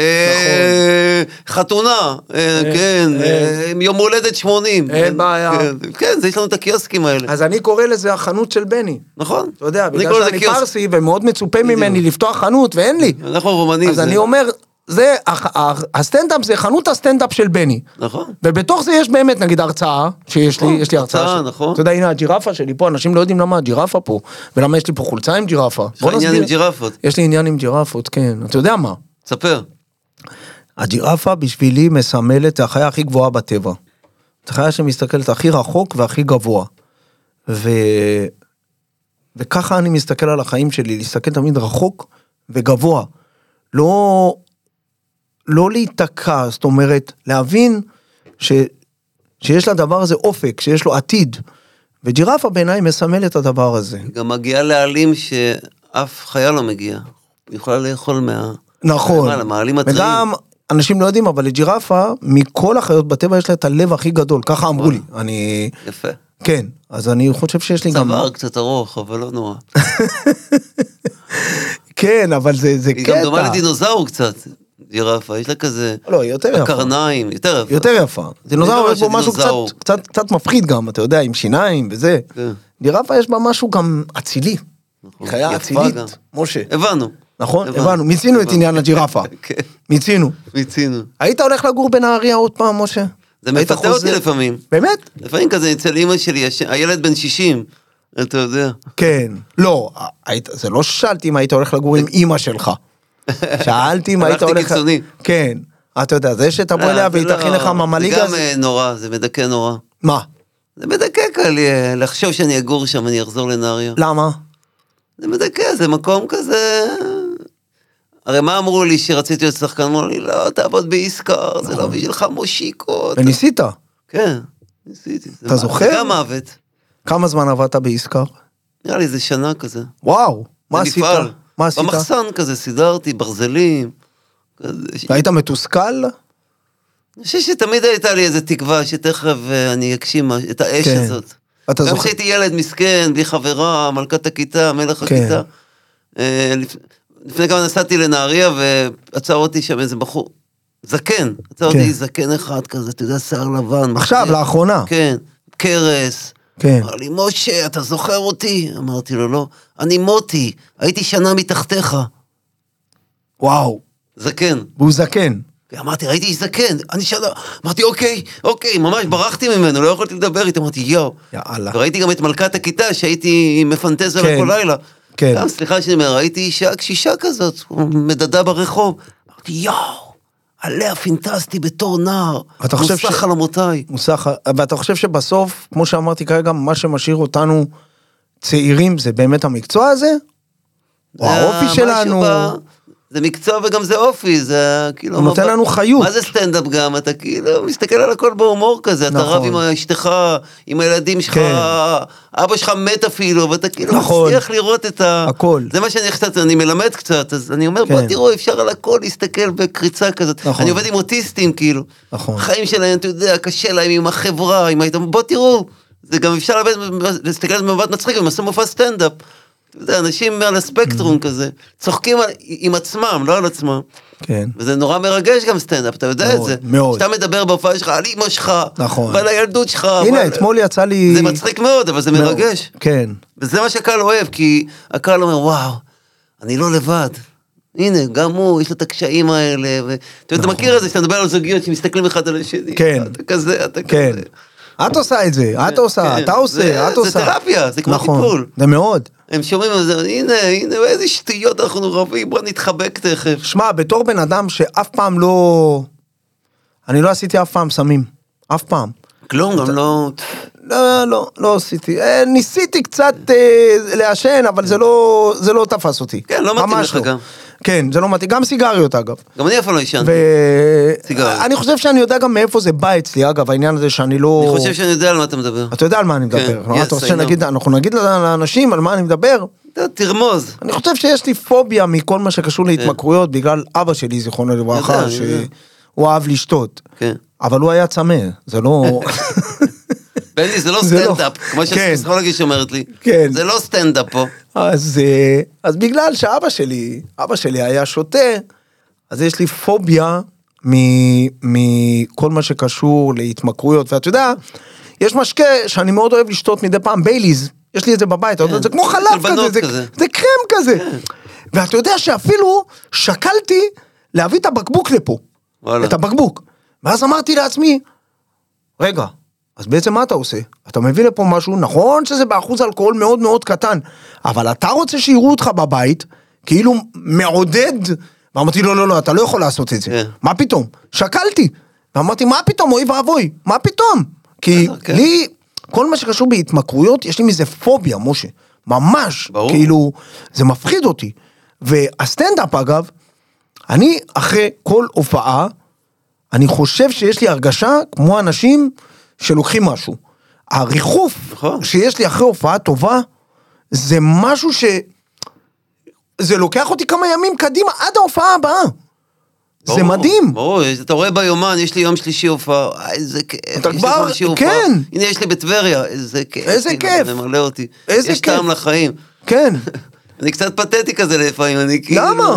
חתונה, כן, יום הולדת 80. אין בעיה. כן, יש לנו את הקיוסקים האלה. אז אני קורא לזה החנות של בני. נכון. אתה יודע, בגלל שאני פרסי ומאוד מצופה ממני לפתוח חנות ואין לי. אנחנו רומנים. אז אני אומר, הסטנדאפ זה חנות הסטנדאפ של בני. נכון. ובתוך זה יש באמת, נגיד, הרצאה, שיש לי, יש לי הרצאה. נכון. אתה יודע, הנה, הג'ירפה שלי פה, אנשים לא יודעים למה הג'ירפה פה, ולמה יש לי פה חולצה עם ג'ירפה. יש לי עניין עם ג'ירפות. יש לי עניין עם ג'ירפות, כן. אתה יודע מה? תספר. הג'ירפה בשבילי מסמלת את החיה הכי גבוהה בטבע. את החיה שמסתכלת הכי רחוק והכי גבוה. וככה אני מסתכל על החיים שלי, להסתכל תמיד רחוק וגבוה. לא להיתקע, זאת אומרת, להבין שיש לדבר הזה אופק, שיש לו עתיד. וג'ירפה בעיניי מסמל את הדבר הזה. גם מגיעה לעלים שאף חיה לא מגיע. היא יכולה לאכול נכון. מהעלים הטריים. וגם אנשים לא יודעים, אבל לג'ירפה, מכל החיות בטבע יש לה את הלב הכי גדול, ככה אמרו לי. אני... יפה. כן, אז אני חושב שיש לי גם... צוואר קצת ארוך, אבל לא נורא. כן, אבל זה קטע. היא גם דומה לדינוזאור קצת, ג'ירפה, יש לה כזה... לא, היא יותר יפה. הקרניים, יותר יפה. יותר יפה. דינוזאור יש בו משהו קצת מפחיד גם, אתה יודע, עם שיניים וזה. ג'ירפה יש בה משהו גם אצילי. חיה אצילית, משה. הבנו. נכון? הבנו. מיצינו את עניין הג'ירפה. מיצינו. היית הולך לגור בנהריה עוד פעם, משה? זה מפתה אותי לפעמים. באמת? לפעמים כזה אצל אמא שלי, הילד בן 60, אתה יודע. כן. לא, זה לא ששאלתי אם היית הולך לגור עם אמא שלך. שאלתי אם היית הולך... הלכתי קיצוני. כן. אתה יודע, זה שתבוא אליה והתאכין לך ממליגה. זה גם נורא, זה מדכא נורא. מה? זה מדכא לי לחשוב שאני אגור שם, אני אחזור לנהריה. למה? זה מדכא, זה מקום כזה... הרי מה אמרו לי שרציתי להיות שחקן? אמרו לי, לא, תעבוד ביסקר, זה לא בשבילך מושיקות. וניסית? כן, ניסיתי. אתה זוכר? זה גם מוות. כמה זמן עבדת ביסקר? נראה לי, זה שנה כזה. וואו, מה עשית? מה עשית? במחסן כזה, סידרתי, ברזלים. היית מתוסכל? אני חושב שתמיד הייתה לי איזו תקווה שתכף אני אגשים את האש הזאת. גם כשהייתי ילד מסכן, בלי חברה, מלכת הכיתה, מלך הכיתה. לפני כמה נסעתי לנהריה ועצר אותי שם איזה בחור, זקן, עצר אותי זקן אחד כזה, אתה יודע, שיער לבן. עכשיו, לאחרונה. כן, קרס. אמר לי, משה, אתה זוכר אותי? אמרתי לו, לא. אני מוטי, הייתי שנה מתחתיך. וואו. זקן. והוא זקן. אמרתי, ראיתי זקן, אני שנה, אמרתי, אוקיי, ממש ברחתי ממנו, לא יכולתי לדבר איתו, אמרתי, יאו. יאללה. וראיתי גם את מלכת הכיתה, שהייתי מפנטז עליה כל לילה. כן. גם, סליחה שאני אומר, ראיתי אישה קשישה כזאת, מדדה ברחוב. אמרתי, יאו, עליה פינטסטי בתור נער. מוסך חלומותיי. ואתה חושב שבסוף, כמו שאמרתי כרגע, מה שמשאיר אותנו צעירים, זה באמת המקצוע הזה? או האופי שלנו? זה מקצוע וגם זה אופי, זה כאילו... הוא נותן לנו חיות. מה זה סטנדאפ גם? אתה כאילו מסתכל על הכל בהומור כזה, אתה רב עם אשתך, עם הילדים שלך, אבא שלך מת אפילו, ואתה כאילו מצליח לראות את ה... הכל. זה מה אני מלמד קצת, אז אני אומר, בוא תראו, אפשר על הכל להסתכל בקריצה כזאת. אני עובד עם אוטיסטים, כאילו. חיים שלהם, אתה יודע, קשה להם עם החברה, בוא תראו, זה גם אפשר להסתכל על מבט מצחיק, הם עשו מופע סטנדאפ. אתה יודע, אנשים על הספקטרום כזה, צוחקים עם עצמם, לא על עצמם. כן. וזה נורא מרגש גם סטנדאפ, אתה יודע את זה. מאוד. שאתה מדבר בהופעה שלך על אמא שלך, נכון. ועל הילדות שלך. הנה, אתמול יצא לי... זה מצחיק מאוד, אבל זה מרגש. כן. וזה מה שהקהל אוהב, כי הקהל אומר, וואו, אני לא לבד. הנה, גם הוא, יש לו את הקשיים האלה. אתה מכיר את זה, שאתה מדבר על זוגיות שמסתכלים אחד על השני. כן. אתה כזה, אתה כן. כזה. את עושה את זה, את עושה, אתה עושה, את עושה. זה תרפיה, זה כמו טיפול. זה מאוד. הם שומעים על זה, הנה, איזה שטויות אנחנו רבים, בוא נתחבק תכף. שמע, בתור בן אדם שאף פעם לא... אני לא עשיתי אף פעם סמים. אף פעם. כלום, גם לא... לא עשיתי. ניסיתי קצת לעשן, אבל זה לא תפס אותי. כן, לא מתאים לך גם. כן, זה לא מתאים. גם סיגריות, אגב. גם אני אפילו לא עישנתי. סיגריות. אני חושב שאני יודע גם מאיפה זה בא אצלי, אגב, העניין הזה שאני לא... אני חושב שאני יודע על מה אתה מדבר. אתה יודע על מה אני מדבר. אנחנו נגיד לאנשים על מה אני מדבר. תרמוז. אני חושב שיש לי פוביה מכל מה שקשור להתמכרויות, בגלל אבא שלי, זיכרונו לברכה, שהוא אהב לשתות. אבל הוא היה צמא, זה לא... בני, זה לא סטנדאפ, כמו שהפסיכולוגית אומרת לי. זה לא סטנדאפ פה. אז בגלל שאבא שלי היה שותה, אז יש לי פוביה מכל מה שקשור להתמכרויות. ואתה יודע, יש משקה שאני מאוד אוהב לשתות מדי פעם, בייליז, יש לי את זה בבית, זה כמו חלב כזה, זה קרם כזה. ואתה יודע שאפילו שקלתי להביא את הבקבוק לפה, את הבקבוק. ואז אמרתי לעצמי, רגע, אז בעצם מה אתה עושה? אתה מביא לפה משהו, נכון שזה באחוז אלכוהול מאוד מאוד קטן, אבל אתה רוצה שיראו אותך בבית, כאילו מעודד, ואמרתי, לא, אתה לא יכול לעשות את זה. מה פתאום? שקלתי. ואמרתי, מה פתאום, אוי ואבוי? מה פתאום? כי לי, כל מה שקשור בהתמכרויות, יש לי מזה פוביה, משה. ממש. כאילו, זה מפחיד אותי. והסטנדאפ, אגב, אני אחרי כל הופעה, אני חושב שיש לי הרגשה כמו אנשים שלוקחים משהו. הריחוף שיש לי אחרי הופעה טובה, זה משהו זה לוקח אותי כמה ימים קדימה עד ההופעה הבאה. זה מדהים. ברור, אתה רואה ביומן, יש לי יום שלישי הופעה, איזה כיף. אתה כבר, כן. הנה, יש לי בטבריה, איזה כיף. איזה כיף. זה ממלא אותי. איזה כיף. יש טעם לחיים. כן. אני קצת פתטי כזה לפעמים, אני כאילו... למה?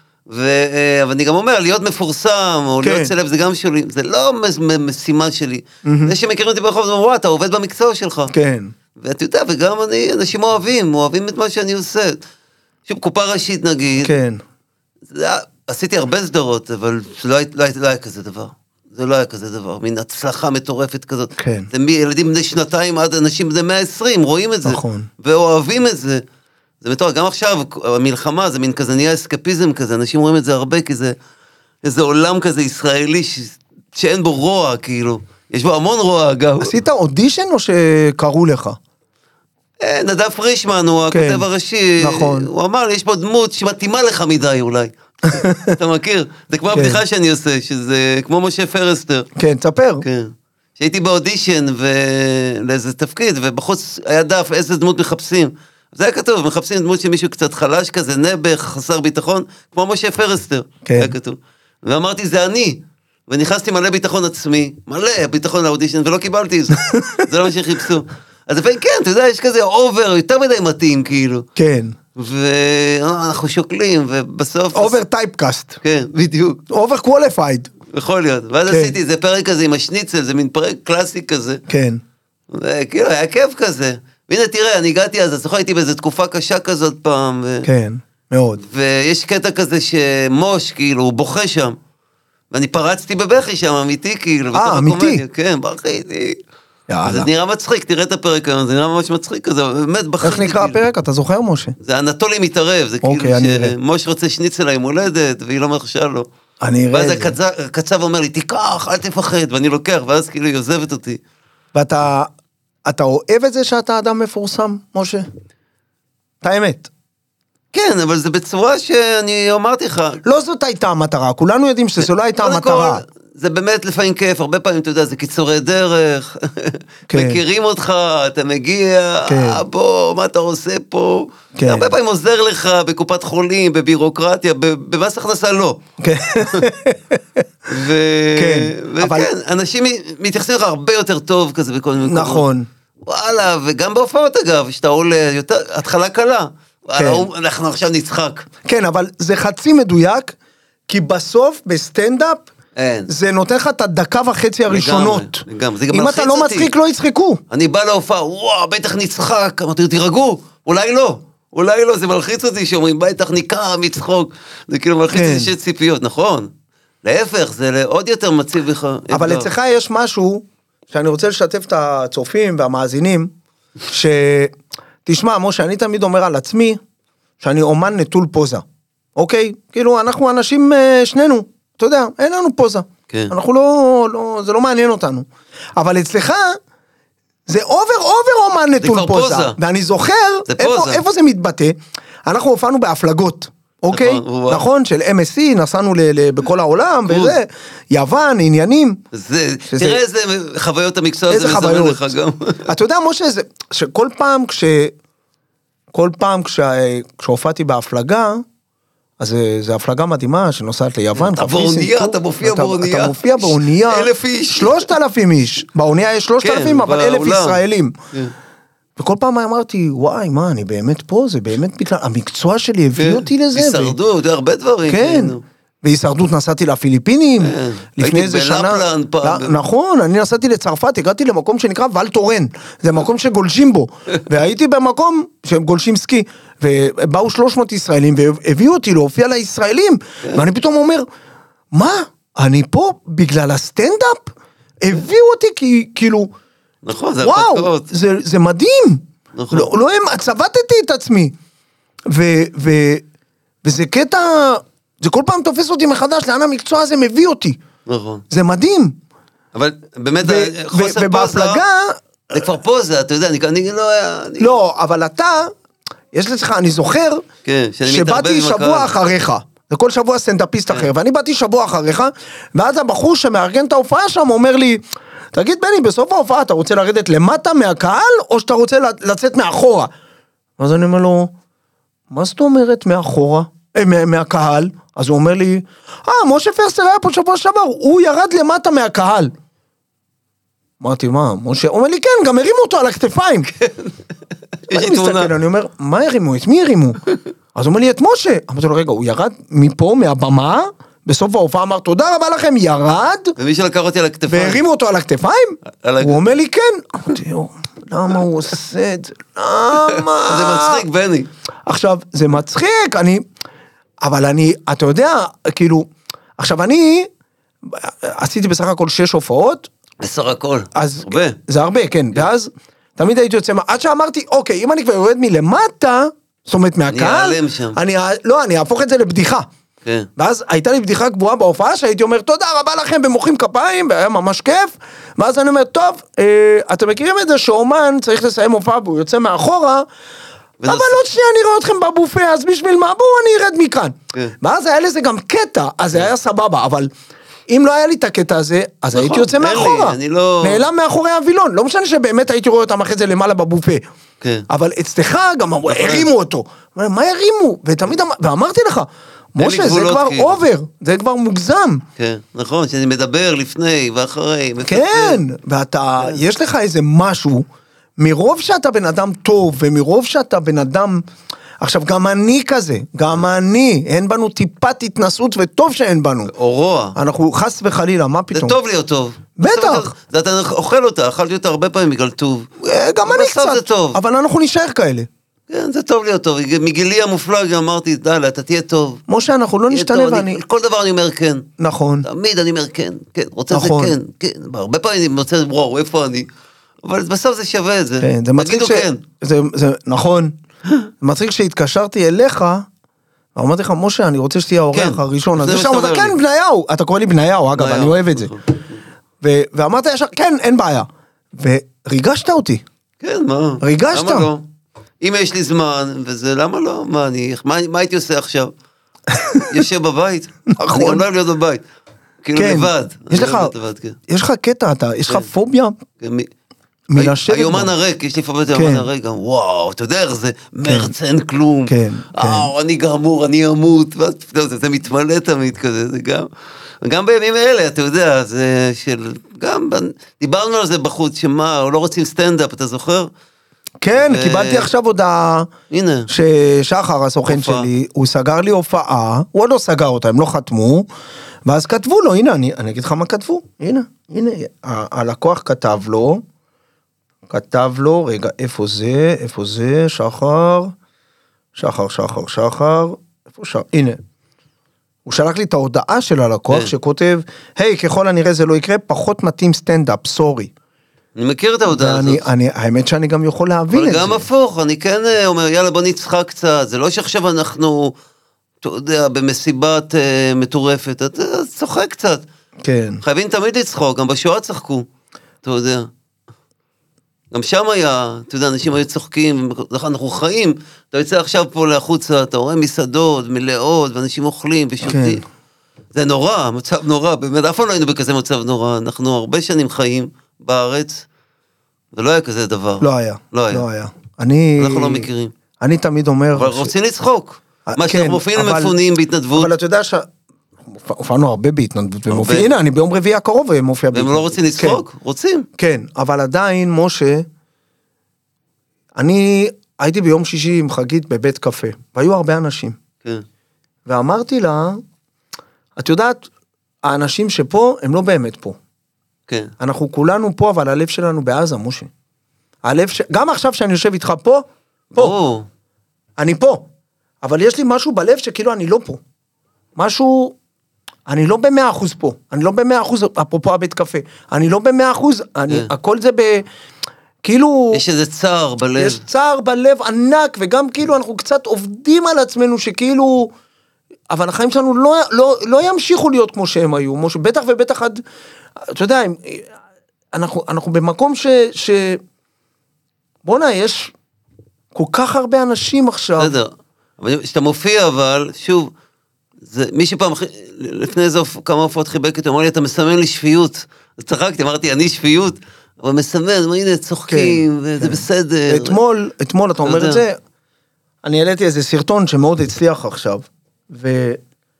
אבל אני גם אומר, להיות מפורסם, או להיות סלב, זה גם שלי, זה לא משימה שלי. זה שמכירים אותי ברחוב, זה אומר, אתה עובד במקצוע שלך. כן. ואתה יודע, וגם אנשים אוהבים את מה שאני עושה. שוב, קופה ראשית נגיד. כן. עשיתי הרבה סדרות, אבל לא היה כזה דבר. זה לא היה כזה דבר, מין הצלחה מטורפת כזאת. כן. זה מילדים בני 2 עד אנשים בני 120, רואים את זה. נכון. ואוהבים את זה. זה מטורף, גם עכשיו, המלחמה, זה מין כזה נהיה אסקפיזם כזה, אנשים רואים את זה הרבה, כי זה איזה עולם כזה ישראלי, שאין בו רוע, כאילו. יש בו המון רוע, אגב. עשית אודישן או שקראו לך? נדב פרישמן, הוא הכותב הראשי. נכון. הוא אמר לי, יש פה דמות שמתאימה לך מדי אולי. אתה מכיר? זה כמו הבדיחה שאני עושה, שזה כמו משה פרסטר. כן, תספר. כן. שהייתי באודישן לאיזה תפקיד, ובחוץ היה דף איזה דמות מחפשים. זה היה כתוב, מחפשים דמות שמישהו קצת חלש כזה, נבח, חסר ביטחון, כמו משה פרסטר. כן. היה כתוב. ואמרתי, זה אני. ונכנסתי מלא ביטחון עצמי, מלא ביטחון לאודישן, ולא קיבלתי את זה. זה לא מה שחיפשו. אז לפעמים כן, אתה יודע, יש כזה אובר, יותר מדי מתאים, כאילו. כן. ואנחנו שוקלים, ובסוף... אובר טייפקאסט. כן, בדיוק. אובר קווליפייד. יכול להיות. ואז עשיתי, זה פרק כזה עם השניצל, זה מין פרק קלאסי כזה. כן. וכאילו, היה כיף כזה. והנה, תראה, אני הגעתי אז זוכר, הייתי באיזו תקופה קשה כזאת פעם. כן, מאוד. ויש קטע כזה שמוש, כאילו, הוא בוכה שם. ואני פרצתי בבכי שם, אמיתי, כאילו. אמיתי? כן, בכיתי. יאללה. זה נראה מצחיק, תראה את הפרק היום, זה נראה ממש מצחיק כזה, באמת בכיתי. איך נקרא הפרק? אתה זוכר, משה? זה אנטולי מתערב, זה כאילו שמוש רוצה שניצל ליום הולדת, והיא לא מרשה לו. אני אראה את זה. ואז הקצב אומר לי, תיקח, אל תפחד, ואני לוקח, ואז כאילו היא עוזבת אותי. ואתה אוהב את זה שאתה אדם מפורסם, משה? את האמת. כן, אבל זה בצורה שאני אמרתי לך. לא זאת הייתה המטרה, כולנו יודעים שזו לא הייתה המטרה. זה באמת לפעמים כיף, הרבה פעמים אתה יודע, זה קיצורי דרך, מכירים אותך, אתה מגיע, בוא, מה אתה עושה פה? הרבה פעמים עוזר לך בקופת חולים, בבירוקרטיה, במס הכנסה לא. וכן, אנשים מתייחסים לך הרבה יותר טוב כזה בכל מיני מקומות. נכון. וואלה, וגם בהופעות אגב, שאתה עולה יותר, התחלה קלה. אנחנו עכשיו נצחק. כן, אבל זה חצי מדויק, כי בסוף בסטנדאפ, זה נותן לך את הדקה וחצי הראשונות. אם אתה לא מצחיק, לא יצחקו. אני בא להופעה, וואו, בטח נצחק. אמרתי, תירגעו, אולי לא, זה מלחיץ אותי שאומרים, בטח ניקה מצחוק. זה כאילו מלחיץ אותי שיש ציפיות, נכון? להפך, זה עוד יותר מציב לך. אבל אצלך יש משהו, שאני רוצה לשתף את הצופים והמאזינים, תשמע, משה, אני תמיד אומר על עצמי, שאני אומן נטול פוזה. אוקיי? כאילו, אנחנו אנשים, שנינו, אתה יודע, אין לנו פוזה. כן. אנחנו לא, זה לא מעניין אותנו. אבל אצלך, זה אובר אומן נטול פוזה. ואני זוכר, איפה זה מתבטא? אנחנו הופענו בהפלגות. אוקיי? נכון, של MSC, נסענו בכל העולם, וזה, יוון, עניינים. תראה איזה חוויות המקצוע הזה מזמן לך גם. אתה יודע, משה, שכל פעם כשהופעתי בהפלגה, אז זו הפלגה מדהימה שנוסעת ליוון. אתה מופיע באונייה. אתה מופיע באונייה. 1,000 איש. 3,000 איש. באונייה יש 3,000, אבל 1,000 ישראלים. וכל פעם אמרתי, וואי, מה, אני באמת פה, זה באמת בגלל, המקצוע שלי הביא אותי לזה. הישרדות, הרבה דברים. כן, בהישרדות נסעתי לפיליפינים, לפני איזה שנה. נכון, אני נסעתי לצרפת, הגעתי למקום שנקרא ולטורן, זה מקום שגולשים בו, והייתי במקום שהם גולשים סקי, ובאו 300 ישראלים, והביאו אותי להופיע לישראלים, ואני פתאום אומר, מה, אני פה בגלל הסטנדאפ? הביאו אותי כאילו, נכון, זה וואו, זה מדהים. נכון. לא, צבטתי את עצמי. וזה קטע, זה כל פעם תופס אותי מחדש, לאן המקצוע הזה מביא אותי. נכון. זה מדהים. אבל באמת, חוסר ובהפלגה, זה כבר פוזה, אתה יודע, אני לא... לא, אבל אתה, יש לצלך, אני זוכר, שבאתי שבוע אחריך. זה כל שבוע סטנדאפיסט אחר, ואני באתי שבוע אחריך, ואז הבחור שמארגן את ההופעה שם אומר לי, תגיד בני, בסוף ההופעה אתה רוצה לרדת למטה מהקהל, או שאתה רוצה לצאת מאחורה? אז אני אומר לו, מה זאת אומרת מאחורה? מהקהל? אז הוא אומר לי, משה פרסטר היה פה שבוע שעבר, הוא ירד למטה מהקהל. אמרתי, מה, משה? הוא אומר לי, כן, גם הרימו אותו על הכתפיים. אני מסתכל, אני אומר, מה הרימו? את מי הרימו? אז הוא אומר לי, את משה. אמרתי לו, רגע, הוא ירד מפה, מהבמה, בסוף ההופעה אמר, תודה רבה לכם, ירד. ומי שלקח אותי על הכתפיים? והרימו אותו על הכתפיים? הוא אומר לי, כן. אמרתי, למה הוא עושה את זה? למה? זה מצחיק, בני. עכשיו, זה מצחיק, אבל אתה יודע, כאילו, עכשיו אני עשיתי בסך הכל 6 הופעות. בסך הכל, הרבה. זה הרבה, כן. ואז תמיד הייתי יוצא, עד שאמרתי, אוקיי, אם אני כבר יורד מלמטה, זאת אומרת מהקהל, אני אהפוך את זה לבדיחה. כן. ואז הייתה לי בדיחה קבועה בהופעה, שהייתי אומר, תודה רבה לכם, ומוחאים כפיים, והיה ממש כיף. ואז אני אומר, טוב, אתם מכירים את זה שאומן צריך לסיים הופעה, והוא יוצא מאחורה, אבל עוד שנייה אני רואה אתכם בבופה, אז בשביל מה? בואו אני ארד מכאן. ואז היה לזה גם קטע, אז זה היה סבבה, אבל אם לא היה לי את הקטע הזה, אז הייתי יוצא מאחורה. נעלם מאחורי הווילון. לא משנה שבאמת הייתי רואה אותם אחרי זה למעלה בבופה. אבל אצלך גם הרימו אותו. מה הרימו? ואמרתי לך, משה, זה כבר אובר, זה כבר מוגזם. כן, נכון, שאני מדבר לפני ואחרי. כן, ואתה, יש לך איזה משהו, מרוב שאתה בן אדם טוב, ומרוב שאתה בן אדם, עכשיו גם אני כזה, גם אני, אין בנו טיפת התנסות, וטוב שאין בנו. או רוע. אנחנו חס וחלילה, מה פתאום? זה טוב להיות טוב. בטח. אתה אוכל אותה, אכלתי אותה הרבה פעמים בגלל טוב. גם אני קצת, אבל אנחנו נשאר כאלה. כן, זה טוב להיות טוב. מגילי המופלג אמרתי, די, אתה תהיה טוב. משה, אנחנו לא נשתנה ואני... כל דבר אני אומר כן. נכון. תמיד אני אומר כן, כן, רוצה זה כן, כן. הרבה פעמים אני מוצא, וואו, איפה אני? אבל בסוף זה שווה את זה. כן, זה מצחיק נכון. זה מצחיק שהתקשרתי אליך, ואמרתי לך, משה, אני רוצה שתהיה האורח הראשון. אז שם אתה, כן, בניהו. אתה קורא לי בניהו, אגב, אני אוהב את זה. ואמרת ישר, כן, אין בעיה. וריגשת אותי. כן, מה? ריגשת. למה לא? אם יש לי זמן, וזה למה לא? מה הייתי עושה עכשיו? יושב בבית? נכון. אני גם לא אוהב להיות בבית. כאילו לבד. יש לך קטע, יש לך פוביה? היומן הריק, יש לי פוביה את היומן הריק, וואו, אתה יודע איך זה, מרץ אין כלום, אני גמור, אני אמות, זה מתמלא תמיד כזה, זה גם בימים האלה, אתה יודע, זה של, גם, דיברנו על זה בחוץ, שמה, לא רוצים סטנדאפ, אתה זוכר? כן, קיבלתי עכשיו הודעה, הנה, ששחר הסוכן שלי, הוא סגר לי הופעה, הוא עוד לא סגר אותה, הם לא חתמו, ואז כתבו לו, הנה, אני אגיד לך מה כתבו, הנה, הלקוח כתב לו, רגע, איפה זה, שחר, איפה שחר, הנה, הוא שלח לי את ההודעה של הלקוח, שכותב, היי, ככל הנראה זה לא יקרה, פחות מתאים סטנדאפ, סורי. אני מכיר את ההודעה הזאת. האמת שאני גם יכול להבין את זה. אבל גם הפוך, אני כן אומר, יאללה בוא נצחק קצת, זה לא שעכשיו אנחנו, אתה יודע, במסיבת מטורפת, אתה צוחק קצת. כן. חייבים תמיד לצחוק, גם בשואה צחקו, אתה יודע. גם שם היה, אתה יודע, אנשים היו צוחקים, אנחנו חיים, אתה יוצא עכשיו פה לחוצה, אתה רואה מסעדות מלאות, ואנשים אוכלים ושותים. זה נורא, מצב נורא, באמת, אף פעם לא היינו בכזה מצב נורא, אנחנו הרבה שנים חיים בארץ, ולא היה כזה דבר. לא היה. אנחנו לא מכירים. אני תמיד אומר... אבל רוצים לצחוק. מה שאנחנו מופיעים למפונים בהתנדבות. אבל אתה יודע הופענו הרבה בהתנדבות, הנה, אני ביום רביעי הקרוב מופיע בהתנדבות. והם לא רוצים לצחוק? רוצים. כן, אבל עדיין, משה, אני הייתי ביום שישי עם חגית בבית קפה, והיו הרבה אנשים. כן. ואמרתי לה, את יודעת, האנשים שפה, הם לא באמת פה. כן. אנחנו כולנו פה, אבל הלב שלנו בעזה, משה. גם עכשיו שאני יושב איתך פה. אני פה. אבל יש לי משהו בלב שכאילו אני לא פה. משהו, אני לא ב100% פה. אני לא ב100%, אפרופו הבית קפה. אני לא ב100%, הכל זה כאילו... יש איזה צער בלב. יש צער בלב ענק, וגם כאילו אנחנו קצת עובדים על עצמנו שכאילו... אבל החיים שלנו לא ימשיכו להיות כמו שהם היו. בטח ובטח עד... אתה יודע, אנחנו במקום בוא'נה, יש כל כך הרבה אנשים עכשיו. בסדר, אבל כשאתה מופיע, אבל, שוב, מי שפעם, לפני איזה כמה הופעות חיבקת, אמר לי, אתה מסמן לי שפיות. אז צחקתי, אמרתי, אני שפיות, אבל מסמן, הנה, צוחקים, וזה בסדר. אתמול, אתה אומר את זה, אני העליתי איזה סרטון שמאוד הצליח עכשיו,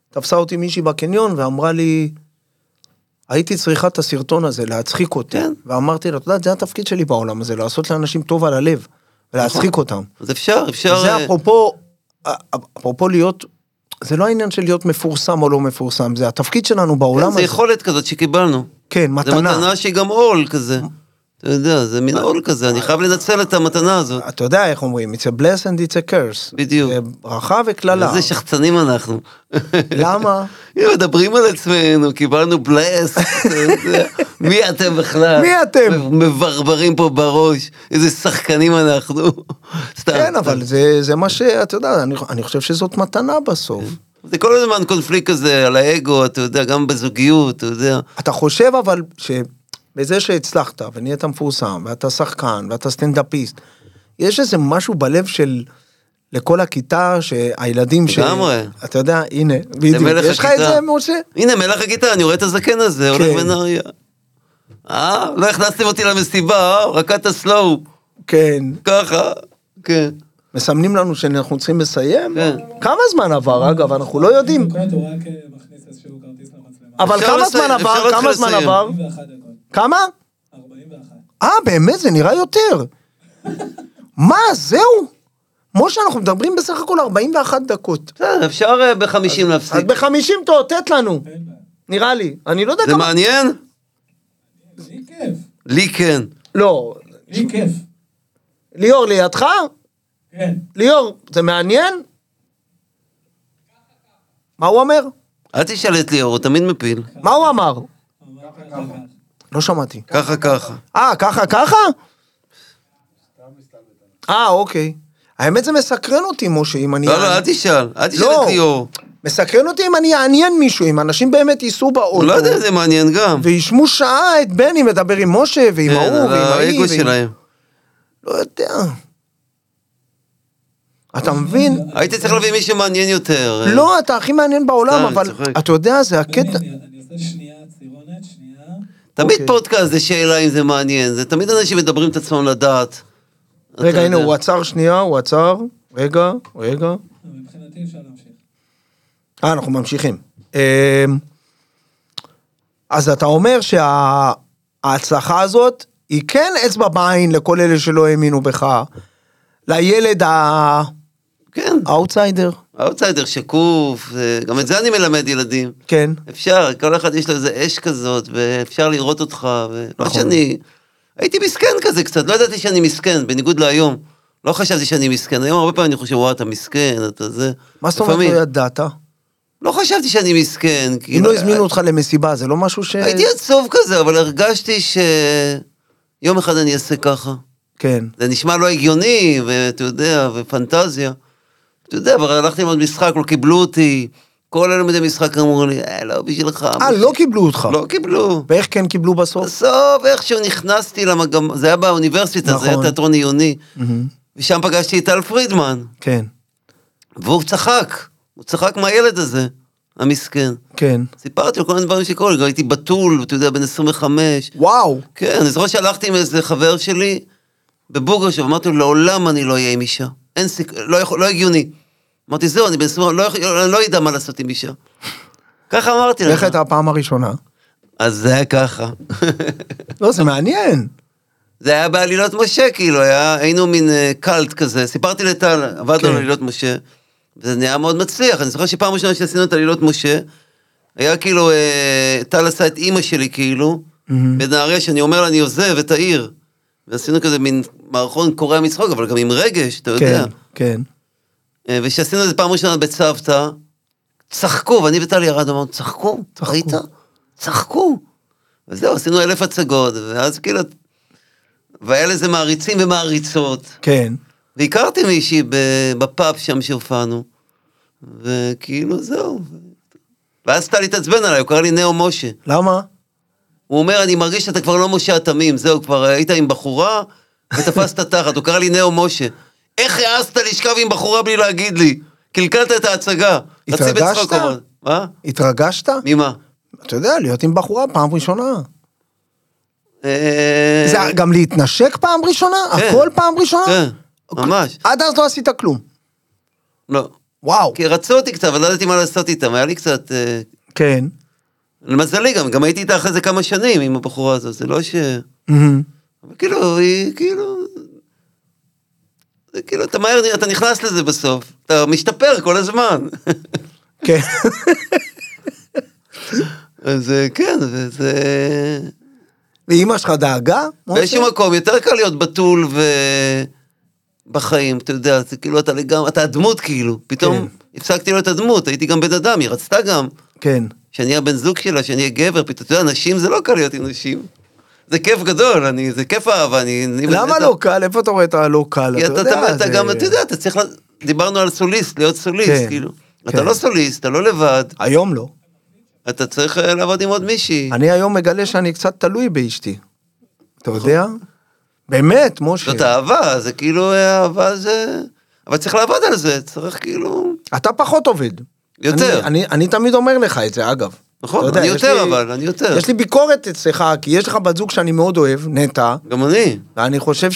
תפסה אותי מישהי בקניון ואמרה לי, הייתי צריכה את הסרטון הזה, להצחיק אותי. כן. ואמרתי לה, אתה יודע, זה התפקיד שלי בעולם הזה, לעשות לאנשים טוב על הלב, ולהצחיק אותם. אז אפשר. זה אפרופו להיות, זה לא העניין של להיות מפורסם או לא מפורסם, זה התפקיד שלנו בעולם הזה. זה יכולת כזאת שקיבלנו. כן, מתנה. זה מתנה שהיא גם עול כזה. אתה יודע, זה מין עול כזה, אני חייב לנצל את המתנה הזאת. אתה יודע איך אומרים, it's a blessing, it's a curse. בדיוק. זה ברכה וכללה. איזה שחצנים אנחנו. למה? מדברים על עצמנו, קיבלנו בלס, מי אתם בכלל? מי אתם? מברברים פה בראש, איזה שחקנים אנחנו. כן, אבל זה מה שאתה יודע, אני חושב שזאת מתנה בסוף. זה כל הזמן קונפליקט כזה על האגו, אתה יודע, גם בזוגיות, אתה יודע. אתה חושב אבל בזה שהצלחת ונהיית מפורסם, ואתה שחקן, ואתה סטנדאפיסט, יש איזה משהו בלב של לכל הכיתה, שהילדים לגמרי. אתה יודע, הנה, בדיוק. יש לך את זה, משה? הנה, מלך הכיתה, אני רואה את הזקן הזה, הולך בנהריה. לא הכנסתם אותי למסיבה, רקעת סלואו. כן. ככה, כן. מסמנים לנו שאנחנו צריכים לסיים? כן. כמה זמן עבר, אגב? אנחנו לא יודעים. הוא רק מכניס איזשהו כרטיס למצלמה. אבל כמה זמן עבר? כמה זמן עבר? 41 דקות. כמה? 41. באמת? זה נראה יותר. מה? זהו? משה, אנחנו מדברים בסך הכל 41 דקות. אפשר ב-50 להפסיק. אז ב-50 תאותת לנו. נראה לי. אני לא יודע זה כמה... מעניין? לי כיף. לי כן. לא. לי כיף. ליאור, לידך? כן. ליאור, זה מעניין? מה הוא אומר? אל תשאל את ליאור, הוא תמיד מפיל. מה הוא אמר? ככה. לא שמעתי. ככה. ככה? אוקיי. האמת זה מסקרן אותי, משה, אם אני... לא, אל תשאל את ליאור. מסקרן אותי אם אני אעניין מישהו, אם אנשים באמת ייסעו באוטו. הוא לא יודע אם זה מעניין גם. וישמו שעה את בני מדבר עם משה, ועם ההוא, ועם ההיא. האגו שלהם. לא יודע. אתה מבין? הייתי צריך להביא מישהו מעניין יותר. לא, אתה הכי מעניין בעולם, אבל אתה יודע, זה הקטע... אני עושה שנייה צירונת, שנייה. תמיד פודקאסט זה שאלה אם זה מעניין, זה תמיד אנשים מדברים את עצמם לדעת. רגע, הנה, הוא עצר שנייה, הוא עצר. רגע. מבחינתי אפשר להמשיך. אנחנו ממשיכים. אז אתה אומר שההצלחה הזאת, היא כן אצבע בעין לכל אלה שלא האמינו בך, לילד כן. האוטסיידר. האוטסיידר שקוף, גם את זה אני מלמד ילדים. כן. אפשר, כל אחד יש לו איזה אש כזאת, ואפשר לראות אותך, ולא שאני... הייתי מסכן כזה קצת, לא ידעתי שאני מסכן, בניגוד להיום. לא חשבתי שאני מסכן, היום הרבה פעמים אני חושב, וואו, אתה מסכן, אתה זה... מה זאת אומרת לא ידעת? לא חשבתי שאני מסכן. אם לא הזמינו אותך למסיבה, זה לא משהו ש... הייתי עצוב כזה, אבל הרגשתי שיום אחד אני אעשה ככה. כן. זה נשמע לא הגיוני, ואתה יודע, ופנטזיה. אתה יודע, אבל הלכתי עם עוד משחק, לא קיבלו אותי. כל אלה מדי משחק אמרו לי, לא בשבילך. לא קיבלו אותך. לא קיבלו. ואיך כן קיבלו בסוף? בסוף, איכשהו נכנסתי למגמה, זה היה באוניברסיטה, זה היה תיאטרון עיוני. ושם פגשתי את טל פרידמן. כן. והוא צחק. הוא צחק מהילד הזה, המסכן. כן. סיפרתי לו כל מיני דברים שקורים, הייתי בתול, אתה יודע, בן 25. וואו. כן, אני זוכר שהלכתי עם איזה חבר שלי, בבוגרשוב, אמרתי לו, לעולם אני לא אהיה עם אישה. אין לא הגיוני. אמרתי, זהו, אני בן 25, אני לא ידע מה לעשות עם אישה. ככה אמרתי לך. איך הייתה הפעם הראשונה? אז זה היה ככה. לא, זה מעניין. זה היה בעלילות משה, כאילו, היינו מין קלט כזה. סיפרתי לטל, עבדנו על עלילות משה, וזה נהיה מאוד מצליח. אני זוכר שפעם ראשונה שעשינו את עלילות משה, היה כאילו, טל עשה את אימא שלי, כאילו, בנהריה, שאני אומר לה, אני עוזב את העיר. ועשינו כזה מין מערכון קורע מצחוק, אבל גם עם רגש, אתה יודע. כן. ושעשינו את זה פעם ראשונה בצוותא, צחקו, ואני וטל ירד, אמרנו, צחקו, ראית? צחקו. וזהו, עשינו 1000 הצגות, ואז כאילו, והיה לזה מעריצים ומעריצות. כן. והכרתי מישהי בפאב שם שהופענו, וכאילו זהו. ואז טל התעצבן עליי, הוא קרא לי נאו משה. למה? הוא אומר, אני מרגיש שאתה כבר לא משה התמים, זהו, כבר היית עם בחורה, ותפסת תחת, הוא קרא לי נאו משה. איך העזת לשכב עם בחורה בלי להגיד לי? קלקלת את ההצגה. התרגשת? מה? התרגשת? ממה? אתה יודע, להיות עם בחורה פעם ראשונה. זה גם להתנשק פעם ראשונה? הכל פעם ראשונה? כן, ממש. עד אז לא עשית כלום. לא. וואו. כי רצו אותי קצת, אבל לא ידעתי מה לעשות איתם, היה לי קצת... כן. למזלי גם הייתי איתה אחרי זה כמה שנים עם הבחורה הזו, זה לא ש... אבל כאילו, היא כאילו... זה כאילו, אתה מהר, אתה נכנס לזה בסוף, אתה משתפר כל הזמן. כן. אז כן, וזה... ואמא שלך דאגה? באיזשהו מקום, יותר קל להיות בתול בחיים, אתה יודע, זה כאילו, אתה הדמות כאילו, פתאום הפסקתי לו את הדמות, הייתי גם בן אדם, היא רצתה גם. כן. שאני אהיה בן זוג שלה, שאני אהיה גבר, פתאום, אתה יודע, נשים זה לא קל להיות עם נשים. זה כיף גדול, זה כיף אהבה, למה לא קל? איפה אתה רואה את הלא קל? כי אתה גם, אתה יודע, אתה צריך, דיברנו על סוליסט, להיות סוליסט, כאילו. אתה לא סוליסט, אתה לא לבד. היום לא. אתה צריך לעבוד עם עוד מישהי. אני היום מגלה שאני קצת תלוי באשתי. אתה יודע? באמת, משה. זאת אהבה, זה כאילו אהבה זה... אבל צריך לעבוד על זה, צריך כאילו... אתה פחות עובד. יותר. אני תמיד אומר לך את זה, אגב. נכון, אני יותר אבל, אני יותר. יש לי ביקורת אצלך, כי יש לך בת זוג שאני מאוד אוהב, נטע. גם אני. ואני חושב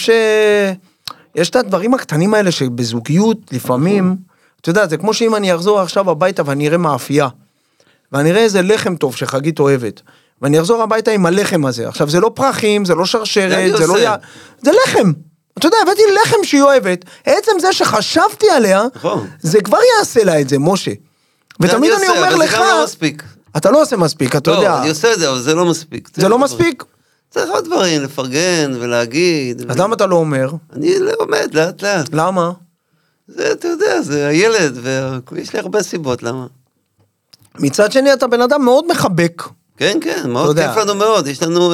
יש את הדברים הקטנים האלה שבזוגיות, לפעמים, אתה יודע, זה כמו שאם אני אחזור עכשיו הביתה ואני אראה מאפייה, ואני אראה איזה לחם טוב שחגית אוהבת, ואני אחזור הביתה עם הלחם הזה. עכשיו, זה לא פרחים, זה לא שרשרת, זה לא... זה לחם. אתה יודע, הבאתי לחם שהיא אוהבת, עצם זה שחשבתי עליה, זה כבר יעשה לה את זה, משה. ותמיד אני אומר לך... זה גם לא מספיק. אתה לא עושה מספיק, אתה יודע. לא, אני עושה את זה, אבל זה לא מספיק. זה לא מספיק? צריך עוד דברים, לפרגן ולהגיד. אז למה אתה לא אומר? אני לומד לאט לאט. למה? זה, אתה יודע, זה הילד, ויש לי הרבה סיבות, למה? מצד שני, אתה בן אדם מאוד מחבק. כן, כן, מאוד כיף לנו מאוד. יש לנו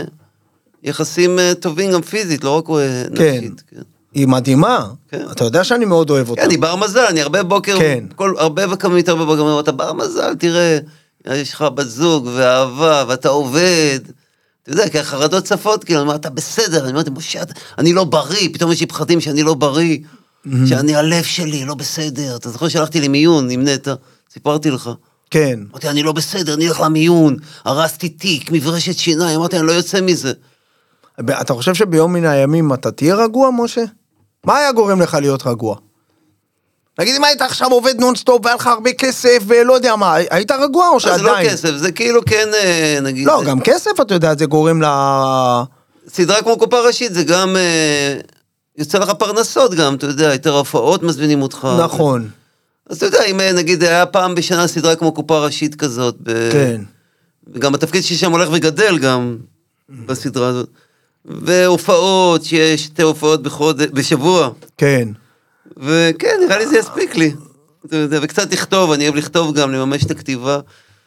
יחסים טובים גם פיזית, לא רק נפשית. היא מדהימה. אתה יודע שאני מאוד אוהב אותה. כן, אני בר מזל, אני הרבה בוקר, הרבה קמית, הרבה בוקר, אתה בר מזל, תראה, יש לך בת זוג ואהבה, ואתה עובד, אתה יודע, כי החרדות צפות, כאילו, אני אומר, אתה בסדר, אני אומר, משה, אני לא בריא, פתאום יש לי פחדים שאני לא בריא, שאני הלב שלי לא בסדר, אתה זוכר שהלכתי למיון עם נטע, סיפרתי לך. כן. אמרתי, אני לא בסדר, אני הולך למיון, הרסתי תיק, מברשת שיניים, אמרתי, אני לא יוצא מזה. אתה חושב שביום מן הימים אתה תהיה רגוע, משה? מה היה גורם לך להיות רגוע? נגיד, אם היית עכשיו עובד נונסטופ, והיה לך הרבה כסף, ולא יודע מה, היית רגוע או שעדיין? זה לא כסף, זה כאילו כן, נגיד... לא, גם כסף, אתה יודע, זה גורם סדרה כמו קופה ראשית, זה גם... יוצא לך פרנסות גם, אתה יודע, יותר הופעות מזמינים אותך. נכון. אז אתה יודע, אם נגיד היה פעם בשנה סדרה כמו קופה ראשית כזאת, כן. וגם התפקיד ששם הולך וגדל גם בסדרה הזאת. והופעות, שיש 2 הופעות בשבוע. כן. וכן, נראה לי זה יספיק לי. וקצת לכתוב, אני אוהב לכתוב גם, לממש את הכתיבה,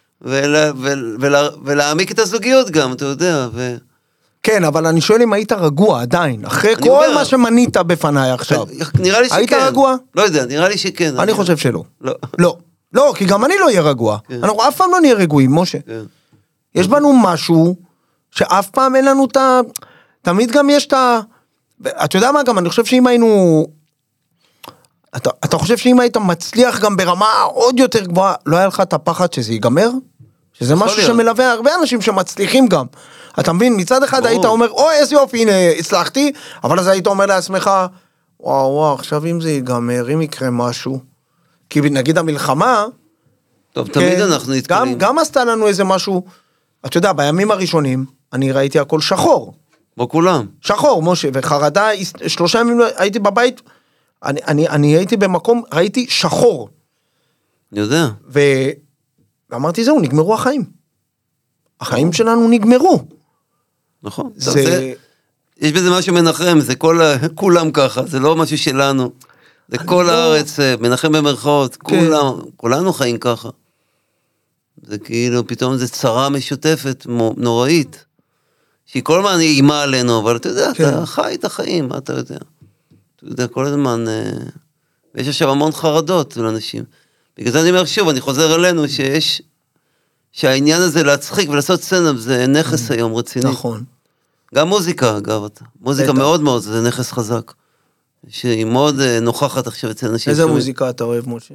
ולהעמיק את הזוגיות גם, אתה יודע. כן, אבל אני שואל אם היית רגוע עדיין, אחרי כל מה שמנית בפניי עכשיו. נראה לי שכן. היית רגוע? לא יודע, נראה לי שכן. אני חושב שלא. לא. לא. לא, כי גם אני לא אהיה רגוע. אנחנו אף פעם לא נהיה רגועים, משה. יש בנו משהו שאף פעם אין לנו את ה... תמיד גם יש את ה... אתה יודע מה גם, אני חושב שאם היינו... אתה חושב שאם היית מצליח גם ברמה עוד יותר גבוהה, לא היה לך את הפחד שזה ייגמר? שזה משהו שמלווה הרבה אנשים שמצליחים גם. אתה מבין, מצד אחד היית אומר, אוי, איזה יופי, הנה, הצלחתי, אבל אז היית אומר לעצמך, וואו, עכשיו אם זה ייגמר, אם יקרה משהו, כי נגיד המלחמה, טוב, תמיד אנחנו נתקלים. גם עשתה לנו איזה משהו, אתה יודע, בימים הראשונים, אני ראיתי הכל שחור. בו כולם. שחור, משה, וחרדה, 3 ימים הייתי בבית, אני הייתי במקום, ראיתי שחור. אני יודע. ואמרתי, זהו, נגמרו החיים. החיים שלנו נגמרו. נכון. יש בזה משהו מנחם, זה כולם ככה, זה לא משהו שלנו. זה כל הארץ, מנחם במרכאות, כולנו חיים ככה. זה כאילו, פתאום זה צרה משותפת, נוראית. שהיא כל הזמן אימה עלינו, אבל אתה יודע, אתה חי את החיים, מה אתה יודע? אתה יודע, כל הזמן, ויש עכשיו המון חרדות לאנשים. בגלל זה אני אומר שוב, אני חוזר אלינו, שהעניין הזה להצחיק ולעשות סצנה, זה נכס היום רציני. נכון. גם מוזיקה, אגב, מוזיקה מאוד מאוד, זה נכס חזק. שהיא מאוד נוכחת עכשיו אצל אנשים. איזה מוזיקה אתה אוהב, משה?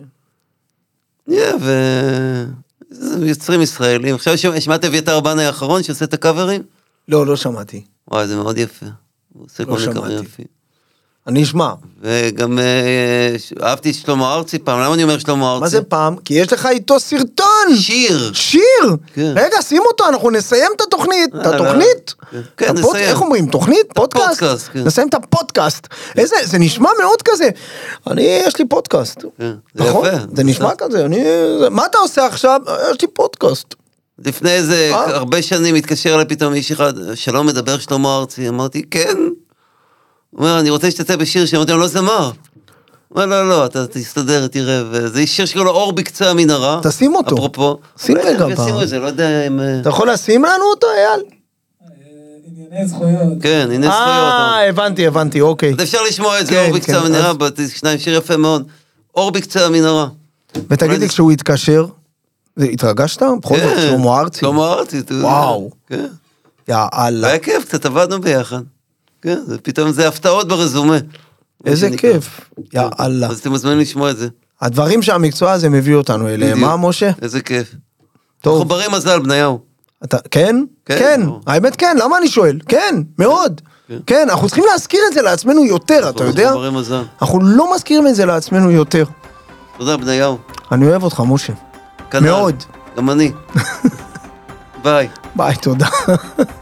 יוצרים ישראלים. עכשיו שמעת אביתר בנאי האחרון שעושה את הקאברים? לא שמעתי. וואי, זה מאוד יפה. הוא עושה כל מיני קאברים יפים. אני אשמע. וגם אהבתי את שלמה ארצי פעם, למה אני אומר שלמה ארצי? מה זה פעם? כי יש לך איתו סרטון. שיר. כן. רגע, שים אותו, אנחנו נסיים את התוכנית. את התוכנית? כן, נסיים. איך אומרים? תוכנית? פודקאסט? כן. נסיים את הפודקאסט. זה נשמע מאוד כזה. יש לי פודקאסט. נכון? זה נשמע כזה. מה אתה עושה עכשיו? יש לי פודקאסט. לפני איזה הרבה שנים התקשר אליי פתאום איש אחד, שלום מדבר שלמה ארצי, אמרתי כן. הוא אומר, אני רוצה שתצא בשיר שאמרתי, אני לא זמר. הוא אומר, לא, אתה תסתדר, תראה, וזה שיר שקוראים לו אור בקצה המנהרה. תשים אותו. אפרופו. שים רגע פעם. שימו את זה, לא יודע אם... אתה יכול לשים לנו אותו, אייל? ענייני זכויות. כן, ענייני זכויות. הבנתי, אוקיי. אז אפשר לשמוע את זה, אור בקצה המנהרה, שניים, שיר יפה מאוד. אור בקצה המנהרה. ותגיד לי, כשהוא התקשר, התרגשת? בכל זאת, שלמה ארצי. שלמה ארצי. וואו. כן. יאללה. היה כיף, קצת עבדנו ביחד. כן, פתאום זה הפתעות ברזומה. איזה כיף. יאללה. אז אתם מזמינים לשמוע את זה. הדברים שהמקצוע הזה מביא אותנו אליהם, מה משה? איזה כיף. טוב. אנחנו ברי מזל, בניהו. כן? כן. האמת כן, למה אני שואל? כן, מאוד. כן, אנחנו צריכים להזכיר את זה לעצמנו יותר, אתה יודע? אנחנו ברי מזל. אנחנו לא מזכירים את זה לעצמנו יותר. תודה, בניהו. אני אוהב אותך, משה. מאוד. גם אני. ביי. ביי, תודה.